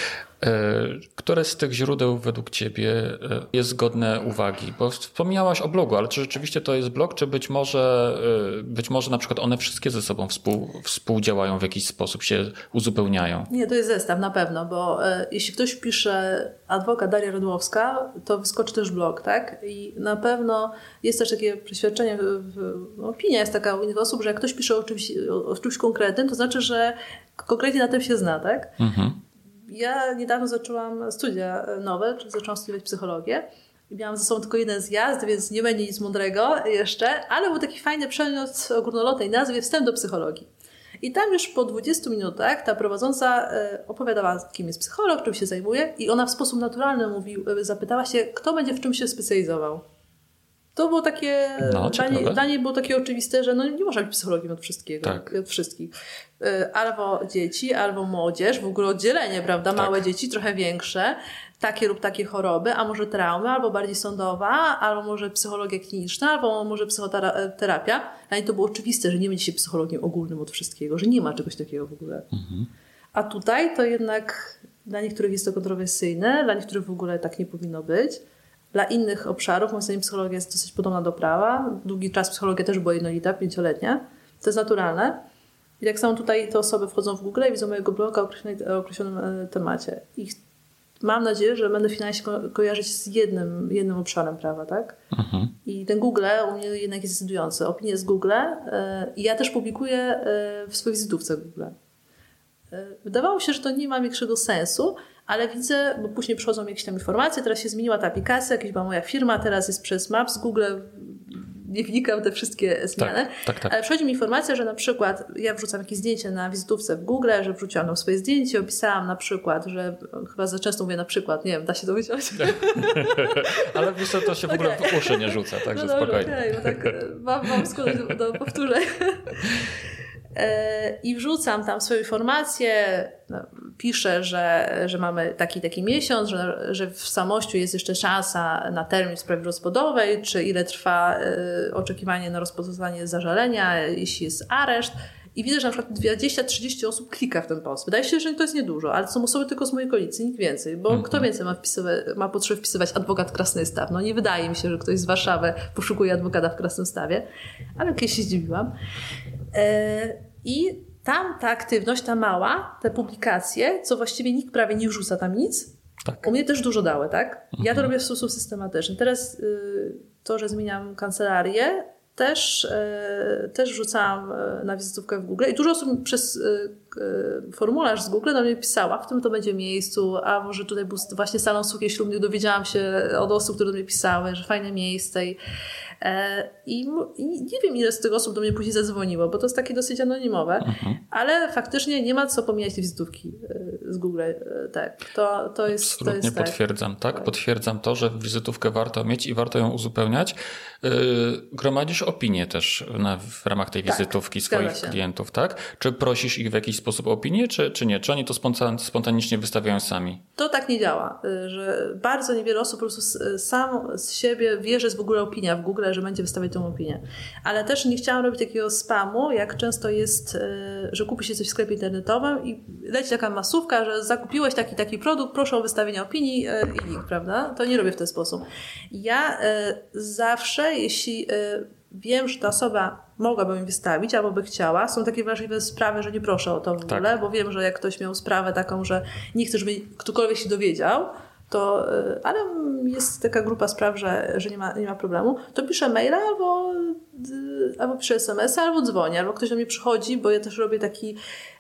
Które z tych źródeł według Ciebie jest godne uwagi? Bo wspomniałaś o blogu, ale czy rzeczywiście to jest blog, czy być może, być może na przykład one wszystkie ze sobą współ, współdziałają w jakiś sposób, się uzupełniają? Nie, to jest zestaw na pewno, bo jeśli ktoś pisze adwokat Daria Radłowska, to wyskoczy też blog, tak? I na pewno jest też takie przeświadczenie, opinia jest taka u innych osób, że jak ktoś pisze o czymś, o czymś konkretnym, to znaczy, że konkretnie na tym się zna, tak? Mhm. Ja niedawno zaczęłam studia nowe, czyli zaczęłam studiować psychologię i miałam ze sobą tylko jeden zjazd, więc nie będzie nic mądrego jeszcze, ale był taki fajny przegląd o górnolotnej nazwie Wstęp do psychologii. I tam już po dwudziestu minutach ta prowadząca opowiadała, kim jest psycholog, czym się zajmuje i ona w sposób naturalny mówi, zapytała się, kto będzie w czym się specjalizował. To było takie, no, dla, niej, dla niej było takie oczywiste, że no nie można być psychologiem od wszystkiego, tak. od wszystkich. Albo dzieci, albo młodzież, w ogóle oddzielenie, prawda? Tak. Małe dzieci, trochę większe, takie lub takie choroby, a może traumy, albo bardziej sądowa, albo może psychologia kliniczna, albo może psychoterapia. Dla niej to było oczywiste, że nie będzie się psychologiem ogólnym od wszystkiego, że nie ma czegoś takiego w ogóle. Mhm. A tutaj to jednak dla niektórych jest to kontrowersyjne, dla niektórych w ogóle tak nie powinno być. Dla innych obszarów, moim zdaniem, psychologia jest dosyć podobna do prawa. Długi czas psychologia też była jednolita, pięcioletnia. To jest naturalne. I tak samo tutaj te osoby wchodzą w Google i widzą mojego bloga o określonym, o określonym temacie. I mam nadzieję, że będę finalnie się ko- kojarzyć z jednym, jednym obszarem prawa, tak? Mhm. I ten Google u mnie jednak jest decydujący. Opinie z Google i ja też publikuję w swojej wizytówce Google. Wydawało się, że to nie ma większego sensu, ale widzę, bo później przychodzą jakieś tam informacje, teraz się zmieniła ta aplikacja, jakaś była moja firma, teraz jest przez Maps, Google, nie wnikam w te wszystkie zmiany, tak, tak, tak. Ale przychodzi mi informacja, że na przykład ja wrzucam jakieś zdjęcie na wizytówce w Google, że wrzuciłam tam swoje zdjęcie, opisałam na przykład, że chyba za często mówię na przykład, nie wiem, da się to wyciąć? Ale wiesz co, to się w ogóle okay. w uszy nie rzuca, także no spokojnie. Okej, okay, tak mam, mam skłonność do, do powtórzeń. I wrzucam tam swoje informacje, no, piszę, że, że mamy taki taki miesiąc, że, że w Samościu jest jeszcze szansa na termin w sprawie rozwodowej, czy ile trwa y, oczekiwanie na rozpoznanie zażalenia, jeśli jest areszt. I widzę, że na przykład dwadzieścia trzydzieści osób klika w ten post. Wydaje się, że to jest niedużo, ale to są osoby tylko z mojej okolicy, nikt więcej. Bo mm-hmm. kto więcej ma, wpisywać, ma potrzebę wpisywać adwokat Krasnystaw? No nie wydaje mi się, że ktoś z Warszawy poszukuje adwokata w Krasnystawie, ale kiedyś się zdziwiłam. Yy, I tam ta aktywność, ta mała, te publikacje, co właściwie nikt prawie nie wrzuca tam nic, tak. u mnie też dużo dały, tak? Ja to robię w sposób systematyczny. Teraz yy, to, że zmieniam kancelarię, też, yy, też wrzucałam na wizytówkę w Google i dużo osób przez yy, yy, formularz z Google do mnie pisała, w którym to będzie miejscu, a może tutaj był właśnie salon sukień ślubnych, dowiedziałam się od osób, które do mnie pisały, że fajne miejsce i I, I nie wiem, ile z tych osób do mnie później zadzwoniło, bo to jest takie dosyć anonimowe, mhm. ale faktycznie nie ma co pomijać tej wizytówki z Google. Tak, to, to jest... Absolutnie to jest potwierdzam, tak? tak. Potwierdzam to, że wizytówkę warto mieć i warto ją uzupełniać. Yy, gromadzisz opinie też na, w ramach tej wizytówki tak, swoich klientów, tak? Czy prosisz ich w jakiś sposób o opinię, czy, czy nie? Czy oni to spontan, spontanicznie wystawiają sami? To tak nie działa, że bardzo niewiele osób po prostu sam z siebie wie, że jest w ogóle opinia w Google, że będzie wystawiać tą opinię. Ale też nie chciałam robić takiego spamu, jak często jest, że kupi się coś w sklepie internetowym i leci taka masówka, że zakupiłeś taki taki produkt, proszę o wystawienie opinii i link, prawda? To nie robię w ten sposób. Ja zawsze, jeśli wiem, że ta osoba mogłaby mi wystawić albo by chciała, są takie wrażliwe sprawy, że nie proszę o to w ogóle, tak. bo wiem, że jak ktoś miał sprawę taką, że nie chce, żeby ktokolwiek się dowiedział, to, ale jest taka grupa spraw, że, że nie ma, nie ma problemu, to piszę maila albo, albo piszę es em es a, albo dzwonię, albo ktoś do mnie przychodzi, bo ja też robię taki,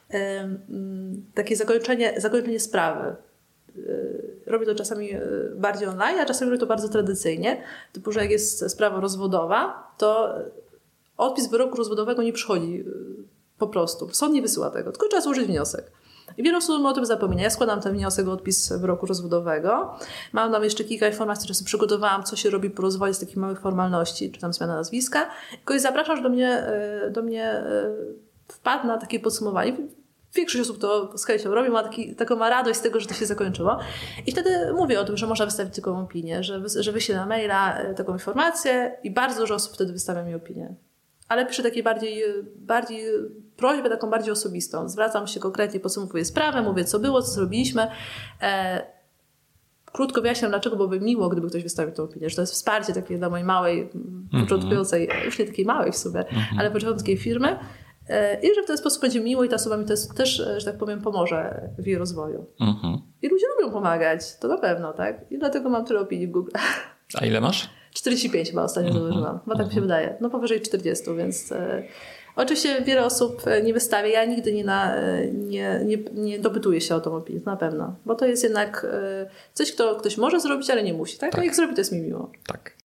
takie zakończenie, zakończenie sprawy. Robię to czasami bardziej online, a czasami robię to bardzo tradycyjnie. Typu, że jak jest sprawa rozwodowa, to odpis wyroku rozwodowego nie przychodzi po prostu. Sąd nie wysyła tego, tylko trzeba złożyć wniosek. I wiele osób o tym zapomina. Ja składam ten wniosek o odpis wyroku rozwodowego. Mam tam jeszcze kilka informacji, które sobie przygotowałam, co się robi po rozwodzie z takich małych formalności, czy tam zmiana nazwiska. Kogoś zapraszam, że do mnie, do mnie wpadł na takie podsumowanie. Większość osób to z chęcią robi, ma taki, taką ma radość z tego, że to się zakończyło. I wtedy mówię o tym, że można wystawić tylko opinię, że, że wyślę na maila taką informację i bardzo dużo osób wtedy wystawia mi opinię. Ale piszę takiej bardziej, bardziej prośbę, taką bardziej osobistą. Zwracam się konkretnie, podsumowuję sprawę, mówię, co było, co zrobiliśmy. E, krótko wyjaśniam, dlaczego byłoby miło, gdyby ktoś wystawił tę opinię, że to jest wsparcie takie dla mojej małej, mm-hmm. początkującej, już nie takiej małej w sumie, mm-hmm. ale początkującej firmy. I że w ten sposób będzie miło i ta osoba mi też, też, że tak powiem, pomoże w jej rozwoju. Mm-hmm. I ludzie lubią pomagać, to na pewno, tak? I dlatego mam tyle opinii w Google. A ile masz? czterdzieści pięć chyba ostatnio mm-hmm. założyłam, bo tak mi się wydaje. No powyżej czterdzieści, więc e, oczywiście wiele osób nie wystawia. Ja nigdy nie, na, nie, nie, nie dopytuję się o tą opinię, na pewno. Bo to jest jednak e, coś, kto ktoś może zrobić, ale nie musi, tak? tak. A jak zrobi, to jest mi miło. Tak.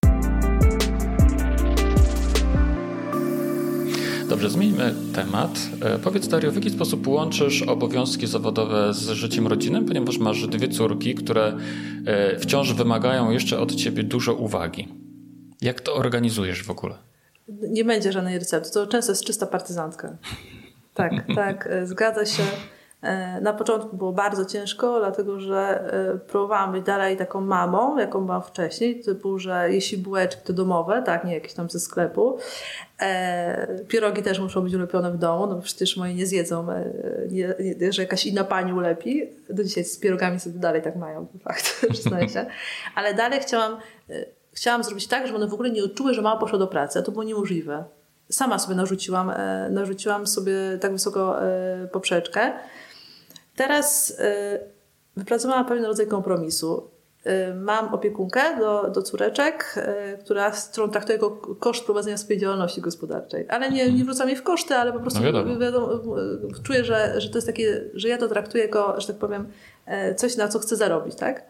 Dobrze, zmieńmy temat. Powiedz, Dario, w jaki sposób łączysz obowiązki zawodowe z życiem rodzinnym, ponieważ masz dwie córki, które wciąż wymagają jeszcze od ciebie dużo uwagi. Jak to organizujesz w ogóle? Nie będzie żadnej recepty. To często jest czysta partyzantka. Tak, tak, zgadza się. Na początku było bardzo ciężko, dlatego że próbowałam być dalej taką mamą, jaką byłam wcześniej, typu, że jeśli bułeczki to domowe, tak, nie jakieś tam ze sklepu. E, pierogi też muszą być ulepione w domu, no bo przecież moje nie zjedzą, e, nie, nie, że jakaś inna pani ulepi. Do dzisiaj z pierogami sobie dalej tak mają, fakt, przyznaję się. Ale dalej chciałam, e, chciałam zrobić tak, żeby one w ogóle nie odczuły, że mama poszła do pracy, a to było niemożliwe. Sama sobie narzuciłam, e, narzuciłam sobie tak wysoko e, poprzeczkę. Teraz y, wypracowałam pewien rodzaj kompromisu. Y, mam opiekunkę do, do córeczek, y, która, którą traktuję jako koszt prowadzenia swojej działalności gospodarczej. Ale nie, nie wrzucam jej w koszty, ale po prostu no wiadomo. Wiadomo, czuję, że, że to jest takie, że ja to traktuję jako, że tak powiem, coś, na co chcę zarobić, tak?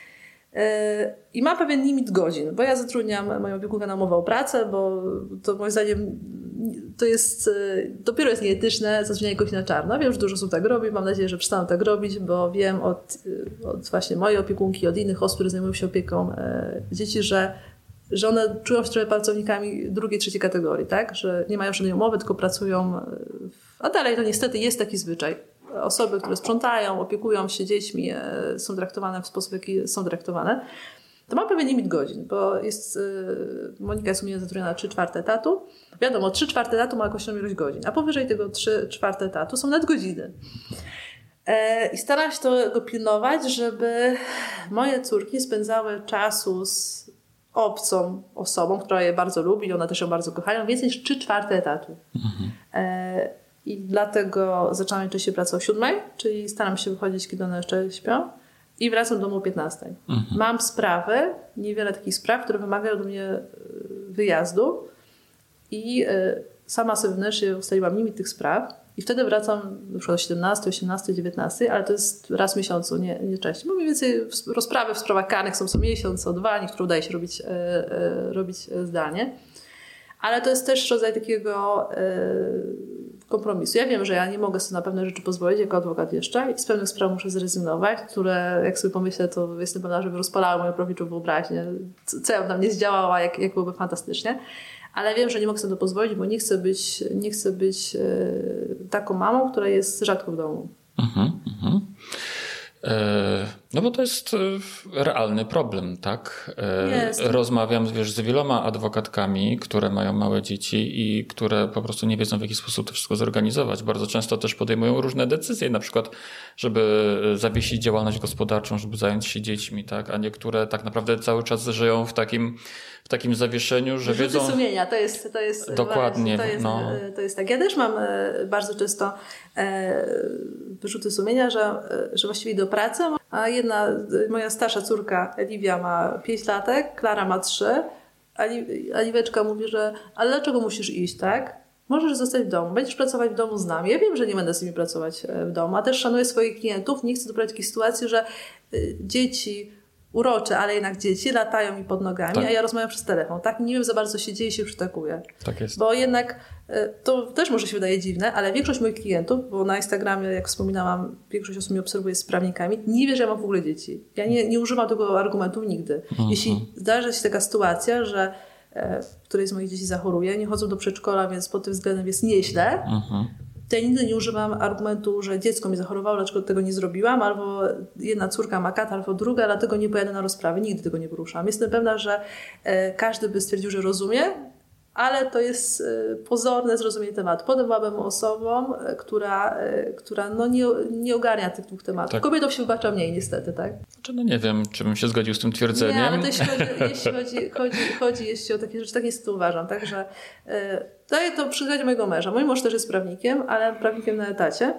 I mam pewien limit godzin, bo ja zatrudniam moją opiekunkę na umowę o pracę, bo to moim zdaniem to jest, dopiero jest nieetyczne zatrudnianie kogoś na czarno. Wiem, że dużo osób tak robi, mam nadzieję, że przestaną tak robić, bo wiem od, od właśnie mojej opiekunki, od innych osób, które zajmują się opieką e, dzieci, że, że one czują się trochę pracownikami drugiej, trzeciej kategorii, tak? Że nie mają żadnej umowy, tylko pracują, w, a dalej to niestety jest taki zwyczaj. Osoby, które sprzątają, opiekują się dziećmi, e, są traktowane w sposób, jaki są traktowane. To mam pewien limit godzin, bo jest, yy, Monika jest u mnie zatrudniona na trzy czwarte etatu. Wiadomo, trzy czwarte etatu ma określoną ilość godzin, a powyżej tego trzy czwarte etatu są nadgodziny. E, I staram się tego pilnować, żeby moje córki spędzały czasu z obcą osobą, która je bardzo lubi, one też ją bardzo kochają, więcej niż trzy czwarte etatu. Mhm. E, I dlatego zaczynam najczęściej pracę o siódmej, czyli staram się wychodzić, kiedy one jeszcze śpią. I wracam do domu o piętnastej. Mhm. Mam sprawy, niewiele takich spraw, które wymagają do mnie wyjazdu i y, sama sobie wewnętrznie ustaliłam limit tych spraw I wtedy wracam na przykład o siedemnastej, osiemnastej, dziewiętnastej, ale to jest raz w miesiącu, nie, nie częściej. Bo mniej więcej rozprawy w sprawach karnych są co miesiąc, co dwa, niektóre udaje się robić, e, e, robić zdalnie. Ale to jest też rodzaj takiego e, kompromisu. Ja wiem, że ja nie mogę sobie na pewne rzeczy pozwolić jako adwokat jeszcze i z pewnych spraw muszę zrezygnować, które jak sobie pomyślę, to jestem pewna, żeby rozpalały moją prawniczą wyobraźnię. Co ja bym tam nie zdziałała, jak, jak byłoby fantastycznie. Ale wiem, że nie mogę sobie to pozwolić, bo nie chcę być, nie chcę być e, taką mamą, która jest rzadko w domu. Mhm, mhm. No bo to jest realny problem, tak? Jest. Rozmawiam, wiesz, z wieloma adwokatkami, które mają małe dzieci i które po prostu nie wiedzą, w jaki sposób to wszystko zorganizować. Bardzo często też podejmują różne decyzje, na przykład, żeby zawiesić działalność gospodarczą, żeby zająć się dziećmi, tak? A niektóre tak naprawdę cały czas żyją w takim, w takim zawieszeniu, że Wyrzuty wiedzą... sumienia, to jest, to jest Dokładnie. To jest, no. to jest tak. Ja też mam bardzo często wyrzuty sumienia, że, że właściwie do pracy, a jedna, moja starsza córka Eliwia ma pięć latek, Klara ma trzy, a Liweczka mówi, że ale dlaczego musisz iść, tak? Możesz zostać w domu, będziesz pracować w domu z nami. Ja wiem, że nie będę z nimi pracować w domu, a też szanuję swoich klientów. Nie chcę doprowadzić do takiej sytuacji, że dzieci urocze, ale jednak dzieci latają mi pod nogami, tak. A ja rozmawiam przez telefon. Tak, nie wiem za bardzo, co się dzieje i się przytakuję. Tak jest. Bo jednak to też może się wydaje dziwne, ale większość moich klientów, bo na Instagramie, jak wspominałam, większość osób mnie obserwuje z prawnikami, nie wie, że ja mam w ogóle dzieci. Ja nie, nie używam tego argumentu nigdy. Mm-hmm. Jeśli zdarzy się taka sytuacja, że któreś z moich dzieci zachoruje, nie chodzą do przedszkola, więc pod tym względem jest nieźle, mm-hmm. to ja nigdy nie używam argumentu, że dziecko mi zachorowało, dlaczego tego nie zrobiłam, albo jedna córka ma katar, albo druga, dlatego nie pojadę na rozprawę. Nigdy tego nie poruszam. Jestem pewna, że każdy by stwierdził, że rozumie, ale to jest pozorne zrozumienie tematu. Potem byłabym osobą, która, która no nie, nie ogarnia tych dwóch tematów. Tak. Kobietom się wybacza mniej niestety, tak? Znaczy, no nie wiem, czy bym się zgodził z tym twierdzeniem. Nie, ale to jeśli chodzi, jeśli chodzi, chodzi, chodzi jeśli o takie rzeczy, tak jest to uważam. Także daję to przykład mojego męża. Mój mąż też jest prawnikiem, ale prawnikiem na etacie.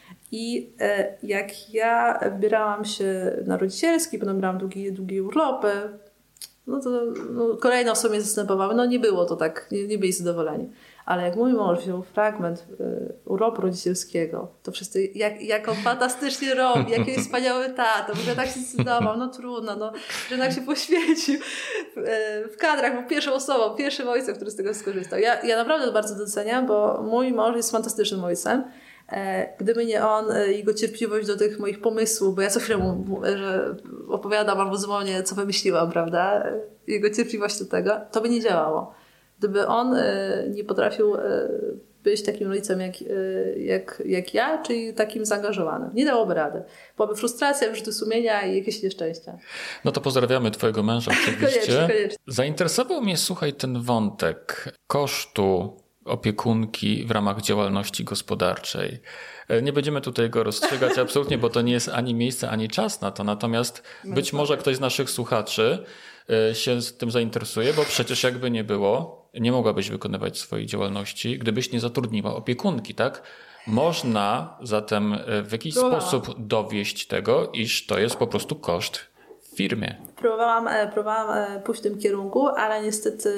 I jak ja wybierałam się na rodzicielski, potem brałam długie, długie urlopy, no to no, kolejne osoby mnie zastępowały. No nie było to tak, nie, nie byli zadowoleni. Ale jak mój mąż wziął fragment y, urlopu rodzicielskiego, to wszyscy, jak, jak on fantastycznie robi, jaki jest wspaniały tato, że tak się zdecydował, no trudno, no, że tak się poświęcił w, y, w kadrach, był pierwszą osobą, pierwszym ojcem, który z tego skorzystał. Ja, ja naprawdę to bardzo doceniam, bo mój mąż jest fantastycznym ojcem. Gdyby nie on i jego cierpliwość do tych moich pomysłów, bo ja co chwilę mu że opowiadam albo dzwonię, co wymyśliłam, prawda? Jego cierpliwość do tego, to by nie działało. Gdyby on nie potrafił być takim rodzicem jak, jak, jak ja, czyli takim zaangażowanym. Nie dałoby rady. Byłaby frustracja, wyrzuty sumienia i jakieś nieszczęścia. No to pozdrawiamy twojego męża oczywiście. koniecznie, koniecznie. Zainteresował mnie, słuchaj, ten wątek kosztu opiekunki w ramach działalności gospodarczej. Nie będziemy tutaj go rozstrzygać absolutnie, bo to nie jest ani miejsce, ani czas na to. Natomiast być może ktoś z naszych słuchaczy się z tym zainteresuje, bo przecież jakby nie było, nie mogłabyś wykonywać swojej działalności, gdybyś nie zatrudniła opiekunki, tak? Można zatem w jakiś Próbowałam. sposób dowieść tego, iż to jest po prostu koszt w firmie. Próbowałam, próbowałam pójść w tym kierunku, ale niestety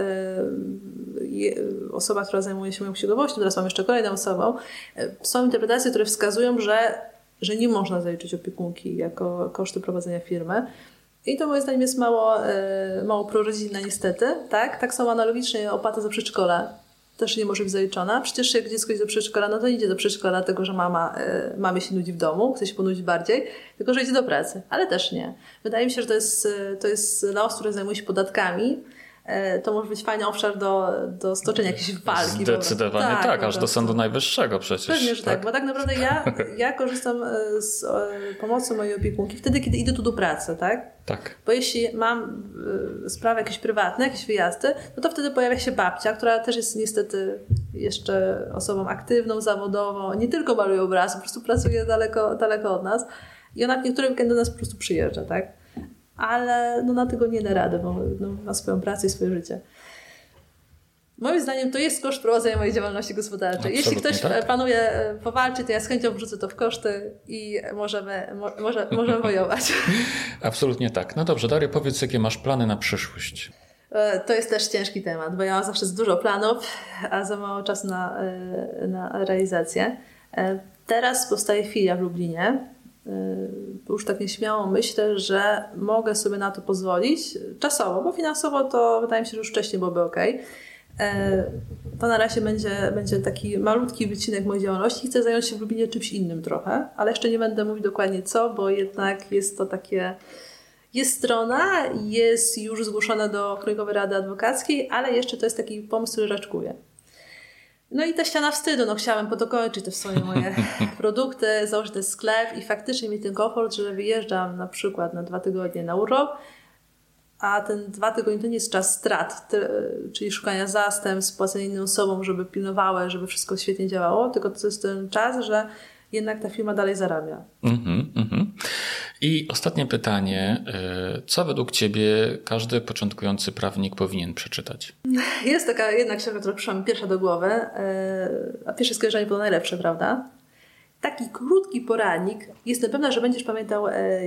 osoba, która zajmuje się moją księgowością, teraz mam jeszcze kolejną osobą, są interpretacje, które wskazują, że, że nie można zaliczyć opiekunki jako koszty prowadzenia firmy. I to moim zdaniem jest mało, mało prorodzinne niestety. Tak, tak samo analogicznie opłata za przedszkole też nie może być zaliczona. Przecież jak dziecko idzie do przedszkola, no to idzie do przedszkola dlatego, że mama, mamie się nudzi w domu, chce się ponudzić bardziej, tylko że idzie do pracy. Ale też nie. Wydaje mi się, że to jest, to jest dla osób, które zajmują się podatkami, to może być fajny obszar do, do stoczenia jakiejś walki. Zdecydowanie tak, tak aż do Sądu Najwyższego przecież. Pewnie, że tak, tak bo tak naprawdę ja, ja korzystam z pomocy mojej opiekunki wtedy, kiedy idę tu do pracy, tak? Tak. Bo jeśli mam sprawy jakieś prywatne, jakieś wyjazdy, no to wtedy pojawia się babcia, która też jest niestety jeszcze osobą aktywną, zawodową, nie tylko maluje obrazy, po prostu pracuje daleko, daleko od nas i ona w niektórych weekendy do nas po prostu przyjeżdża, tak? Ale no na tego nie da rady, bo no, ma swoją pracę i swoje życie. Moim zdaniem to jest koszt prowadzenia mojej działalności gospodarczej. Jeśli ktoś tak. planuje powalczyć, to ja z chęcią wrzucę to w koszty i możemy, mo, może, możemy wojować. Absolutnie tak. No dobrze, Dario, powiedz, jakie masz plany na przyszłość? To jest też ciężki temat, bo ja mam zawsze dużo planów, a za mało czasu na, na realizację. Teraz powstaje filia w Lublinie. Już tak nieśmiało myślę, że mogę sobie na to pozwolić czasowo, bo finansowo to wydaje mi się, że już wcześniej byłoby ok. To na razie będzie, będzie taki malutki wycinek mojej działalności. Chcę zająć się w Lublinie czymś innym trochę, ale jeszcze nie będę mówić dokładnie co, bo jednak jest to takie... Jest strona, jest już zgłoszona do Krajowej Rady Adwokackiej, ale jeszcze to jest taki pomysł, który raczkuje. No i ta ściana wstydu, no chciałem podokończyć te swoje moje produkty, założyć ten sklep i faktycznie mieć ten komfort, że wyjeżdżam na przykład na dwa tygodnie na urlop, a ten dwa tygodnie to nie jest czas strat, czyli szukania zastępstw, płacenia innym osobom, żeby pilnowały, żeby wszystko świetnie działało, tylko to jest ten czas, że jednak ta firma dalej zarabia. Mm-hmm, mm-hmm. I ostatnie pytanie. Co według Ciebie każdy początkujący prawnik powinien przeczytać? Jest taka jedna książka, która przyszła mi pierwsza do głowy, a pierwsze skojarzenie było najlepsze, prawda? Taki krótki poradnik. Jestem pewna, że będziesz pamiętał e, e,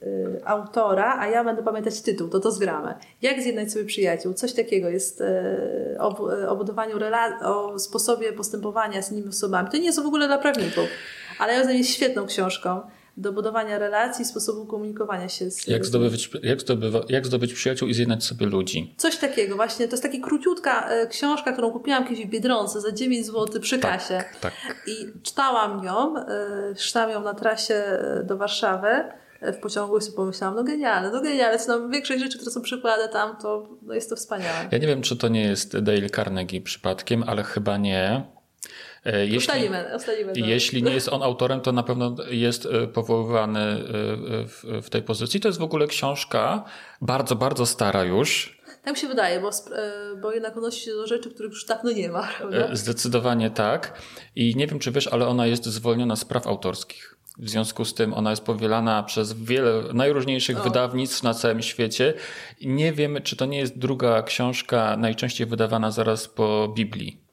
autora, a ja będę pamiętać tytuł, to to zgramy. Jak zjednać sobie przyjaciół? Coś takiego jest e, o, o budowaniu rela- o sposobie postępowania z innymi osobami. To nie jest w ogóle dla prawników, ale ja znam jest świetną książką do budowania relacji, sposobu komunikowania się z... Jak zdobyć, jak, zdobywa, jak zdobyć przyjaciół i zjednać sobie ludzi. Coś takiego właśnie. To jest taka króciutka e, książka, którą kupiłam kiedyś w Biedronce za dziewięć złotych przy tak, kasie. Tak. I czytałam ją, e, czytałam ją na trasie do Warszawy e, w pociągu i sobie pomyślałam, no genialne, no genialne. Co nam większość rzeczy, które są przykłady tam, to no jest to wspaniałe. Ja nie wiem, czy to nie jest Dale Carnegie przypadkiem, ale chyba nie. Jeśli, ustalimy, ustalimy to. Jeśli nie jest on autorem, to na pewno jest powoływany w, w tej pozycji. To jest w ogóle książka bardzo, bardzo stara już. Tak mi się wydaje, bo, bo jednak odnosi się do rzeczy, których już dawno nie ma. Prawda? Zdecydowanie tak. I nie wiem, czy wiesz, ale ona jest zwolniona z praw autorskich. W związku z tym ona jest powielana przez wiele najróżniejszych o. wydawnictw na całym świecie. I nie wiem, czy to nie jest druga książka najczęściej wydawana zaraz po Biblii.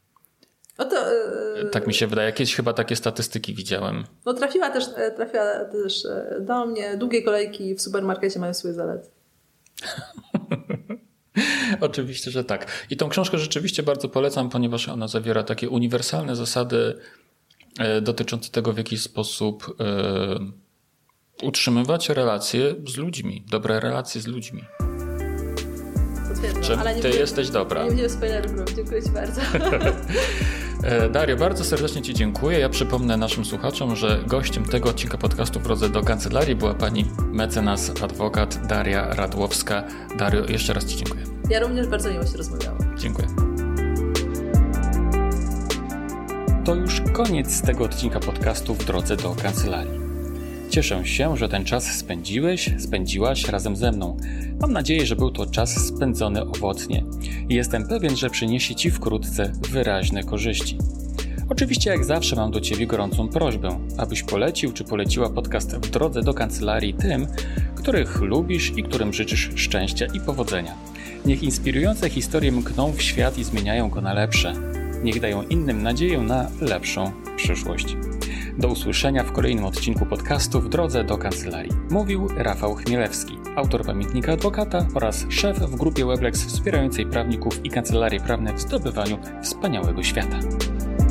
No to, yy, tak mi się wydaje. Jakieś chyba takie statystyki widziałem. No trafiła też, trafiła też do mnie. Długie kolejki w supermarkecie mają swoje zalety. Oczywiście, że tak. I tą książkę rzeczywiście bardzo polecam, ponieważ ona zawiera takie uniwersalne zasady yy, dotyczące tego, w jaki sposób yy, utrzymywać relacje z ludźmi. Dobre relacje z ludźmi. Że ale nie ty będzie, jesteś dobra. Nie będzie spoilerów, dziękuję Ci bardzo. Dario, bardzo serdecznie Ci dziękuję. Ja przypomnę naszym słuchaczom, że gościem tego odcinka podcastu w drodze do kancelarii była pani mecenas, adwokat Daria Radłowska. Dario, jeszcze raz Ci dziękuję. Ja również bardzo miło się rozmawiałam. Dziękuję. To już koniec tego odcinka podcastu w drodze do kancelarii. Cieszę się, że ten czas spędziłeś, spędziłaś razem ze mną. Mam nadzieję, że był to czas spędzony owocnie i jestem pewien, że przyniesie Ci wkrótce wyraźne korzyści. Oczywiście jak zawsze mam do Ciebie gorącą prośbę, abyś polecił czy poleciła podcast w drodze do kancelarii tym, których lubisz i którym życzysz szczęścia i powodzenia. Niech inspirujące historie mkną w świat i zmieniają go na lepsze. Niech dają innym nadzieję na lepszą przyszłość. Do usłyszenia w kolejnym odcinku podcastu w drodze do kancelarii. Mówił Rafał Chmielewski, autor pamiętnika adwokata oraz szef w grupie Weblex wspierającej prawników i kancelarie prawne w zdobywaniu wspaniałego świata.